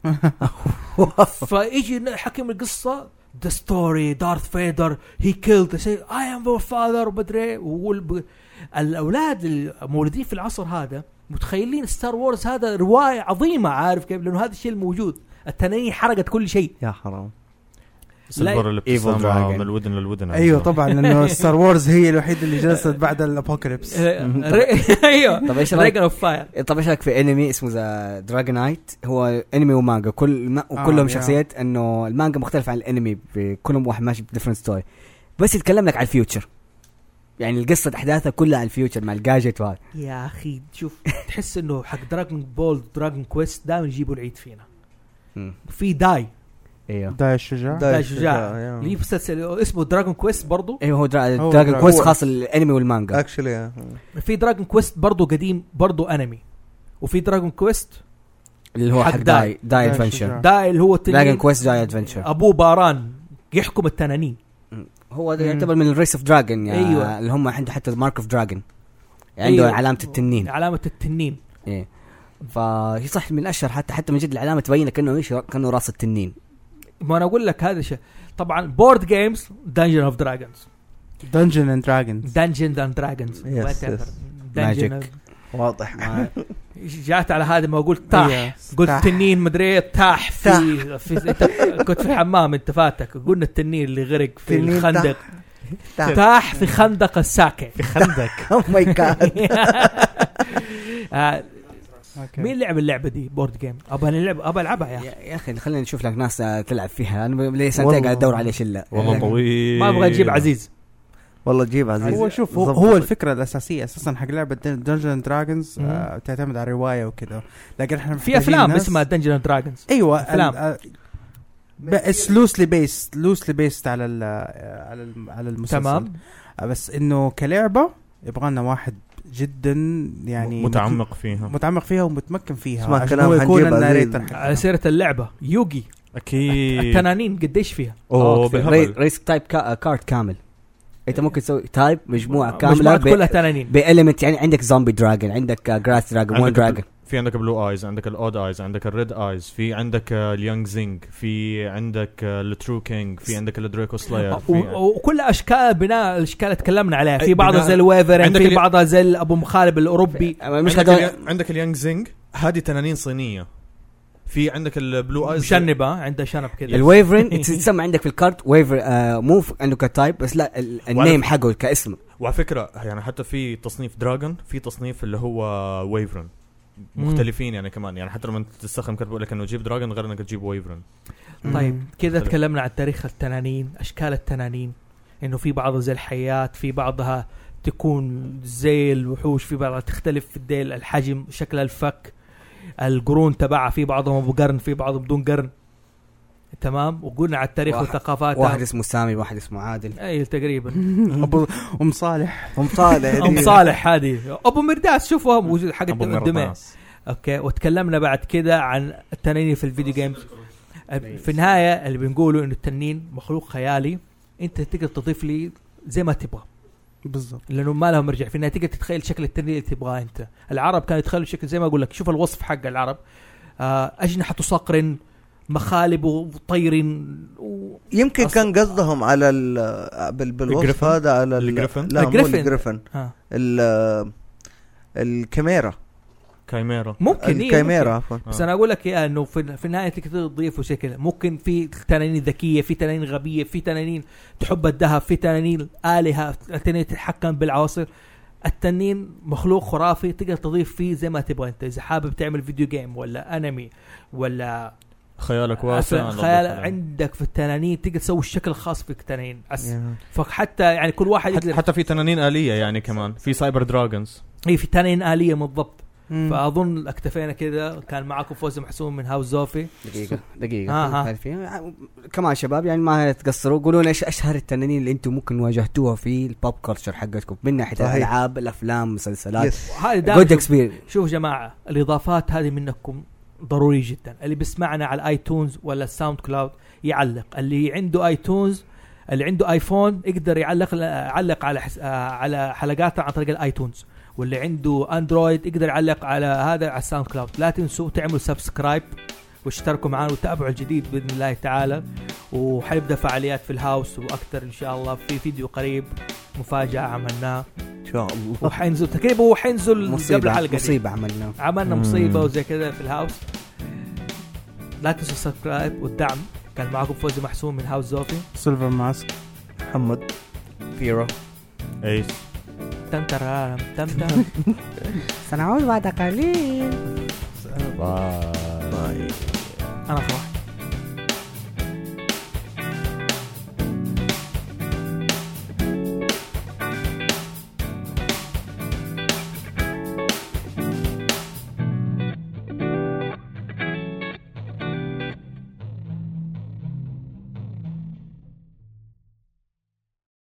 فيجي حكم القصة the story Darth Vader he killed say I am your father وبدري وقول الأولاد المولودين في العصر هذا متخيلين ستار وورز هذا رواية عظيمة عارف كيف، لأنه هذا الشيء الموجود. التنانين حرقت كل شيء. يا حرام. سيلفر اللي Evil بتسمع Dragon. من الودن للودن. ايوه طبعا لانه ستار وورز هي الوحيده اللي جلست بعد الابوكاليبس. ايوه طب ايش رايك ريجن اوف فاير. طب ايش رايك في انمي اسمه ذا دراجونايت؟ هو انمي ومانجا كل ما وكلهم آه، شخصيات انه المانجا مختلف عن الانمي كلهم واحد ماشي بديفرنت ستوري، بس يتكلم لك على الفيوتشر، يعني القصه احداثها كلها على الفيوتشر مع الجاجت وهذا. يا اخي شوف تحس انه حق دراجون بول دراجون كويست دائما يجيبوا العيد فينا. مم. في داي ايوه ده الشجاع ده ده شجاع يا. اللي مسلسل اسمه دراجون كويست برضو. ايوه هو درا... هو دراجون دراجون. كويست خاص الانمي والمانجا. اكشلي في دراجون كويست برضو قديم برضو انمي، وفي دراجون كويست اللي هو حق حق داي. داي داي داي ادفنتشر. الشجاع. داي اللي هو دراجون التنين كويست داي ادفنتشر ابوه باران يحكم التنانين. هو ده مم. يعتبر من الريس اوف دراجون يعني أيوة. اللي هم عنده حتى مارك اوف دراجون، عنده أيوة. علامه التنين. علامة التنين. ايه فهي صح من اشهر، حتى حتى من جد العلامه تبين لك انه ايش كانه راس التنين. ما انا اقول لك هذا شيء. طبعا بورد جيمز دنجن اوف دراجونز دنجن اند دراجونز. دنجن اند دراجونز Yes, yes. Magic. واضح. ما- جات على هذا ما قلت تاح Yes. قلت تاح. تنين مدري تاح في, في انت كنت في الحمام انت فاتك قلنا التنين اللي غرق في تنين الخندق تاح. تاح في خندق الساكن في خندق. او ماي جاد. آه، أوكي. مين لعب اللعبه دي بورد جيم؟ ابغى نلعب ابغى العبها يا اخي. يا يا اخي خلينا نشوف لك ناس آه، تلعب فيها. انا ليه سنتين والله. قاعد ادور عليه شله والله طويل. ما ابغى اجيب عزيز. والله جيب عزيز. هو شوف هو, ظبط. هو الفكره الاساسيه اساسا حق لعبه دنجن اند دراجونز مم. آه تعتمد على روايه وكذا، لكن احنا في محتاجين افلام ناس- اسمها دنجن اند دراجونز. ايوه أفلام. بس لوسلي بيست لوسلي بيست على ال على ال على المسلسل. تمام. بس انه كلعبه يبغى لنا واحد جدا يعني متعمق فيها. متعمق فيها ومتمكن فيها اسمع عشان كلام هو يكون حنجيب الناريتر عزيز. على حقها. سيره اللعبه يوغي اكيد. التنانين قديش فيها؟ اوه ري- بالهبل. ريس تايب كا- كارت كامل. انت ممكن تسوي تايب مجموعه كامله مجموعات كلها ب... تنانين. بإليمنت، يعني عندك زومبي دراجون، عندك جراس دراجون، وون عندك دراجون. في عندك بلو ايز، عندك الاود ايز، عندك الريد ايز، في عندك اليونج زينج، في عندك الترو كينج، في عندك الدريكو سلاير. و- وكل اشكال بناء الاشكال اللي تكلمنا عليها، في أي بعضها بناء- زي الويفرن، عندك في اللي- بعضها زي ابو مخالب الاوروبي. مش عندك, هذول اليا- عندك اليونج زينج هذه تنانين صينيه. في عندك البلو ايز مشنبه عندها شنب كذا. الويفرن تسمى عندك في الكارت ويفر آه مو ف- انه كتايب، بس لا ال- النيم حقه كاسم. وعلى فكره يعني حتى في تصنيف دراجون، في تصنيف اللي هو ويفرن مم. مختلفين يعني كمان، يعني حتى لما تستخدم كتب بقول لك انه جيب دراجون غير انك تجيب ويفرن. طيب كذا مختلف. تكلمنا عن تاريخ التنانين، اشكال التنانين، انه في بعضها زي الحيات، في بعضها تكون زي الوحوش، في بعضها تختلف في الديل، الحجم، شكل الفك، القرون تبعها، في بعضهم ابو قرن، في بعضهم بدون قرن. تمام. وقلنا على التاريخ واحد- والثقافات. واحد اسمه سامي، واحد اسمه عادل. اي تقريبا. ابو ام صالح. ام صالح. ام صالح هذه ابو مرداس شوفوها موجود حق أبو الدماء. مرداس. اوكي. وتكلمنا بعد كده عن التنانين في الفيديو جيمز. في النهايه اللي بنقوله انه التنين مخلوق خيالي، انت تقدر تضيف لي زي ما تبغى، بالضبط. لانه ما لهم مرجع. في النهايه تقدر تتخيل شكل التنين اللي تبغاه انت. العرب كانوا يتخيلوا شكل زي ما اقول لك، شوف الوصف حق العرب، آه اجنحه صقر، مخالب وطير و... يمكن أص- كان قصدهم على ال بال- بالوصف الجريفن؟ هذا على ال- الجريفن؟ لا مو الجريفن. الجريفن، آه. ال- الكاميرا. كايميرا. ممكن إيه، الكاميرا عفوا. ممكن. بس انا اقول لك يا انه في, في النهايه تقدر تضيفه شكل. ممكن في تنانين ذكيه، في تنانين غبيه، في تنانين تحب الذهب، في تنانين الهه، التنانين تتحكم بالعواصف. التنين مخلوق خرافي تقدر تضيف فيه زي ما تبغى انت. اذا حابب تعمل فيديو جيم ولا انمي ولا خيالك واسع. خيال نضيف عليه. عندك في التنانين، تقدر تسوي الشكل الخاص في التنانين. أس... يا. فحتى يعني كل واحد حتى, يقدر. حتى في تنانين آلية يعني كمان، في سايبر دراجونز. هي في تنانين آلية بالضبط. مم. فاظن اكتفينا كذا. كان معكم فوز محسوم من هاوس زوفي. دقيقة دقيقة آه، آه. عارفين كمان شباب يعني ما تقصروا، قولوا لنا ايش اشهر التنانين اللي انتم ممكن واجهتوها في البوب كلتشر حقتكم من ناحية صحيح. الالعاب، الافلام، مسلسلات. يس. هذه دائما جود شوف, اكسبيرينس. شوف جماعة، الاضافات هذه منكم ضروري جدا. اللي بيسمعنا على الايتونز ولا الساوند كلاود يعلق، اللي عنده ايتونز اللي عنده ايفون يقدر يعلق يعلق على حس... على حلقاتنا عن طريق الايتونز، واللي عنده اندرويد يقدر يعلق على هذا على الساوند كلاود. لا تنسوا تعملوا سبسكرايب واشتركوا معنا وتابعوا الجديد باذن الله تعالى. وحنبدا فعاليات في الهاوس واكثر ان شاء الله، في فيديو قريب مفاجاه عملناه ان شاء الله، وحينزل تقريبا وحينزل قبل الحلقه مصيبه عملنا عملنا مصيبه وزي كذا في الهاوس. لا تنسوا السبسكرايب والدعم. كان معكم فوزي محسوم من هاوس زوفي، سيلفر ماسك، محمد فيرو، ايس تنترام تمتم. سنعود بعد قليل. باي. انا خلاص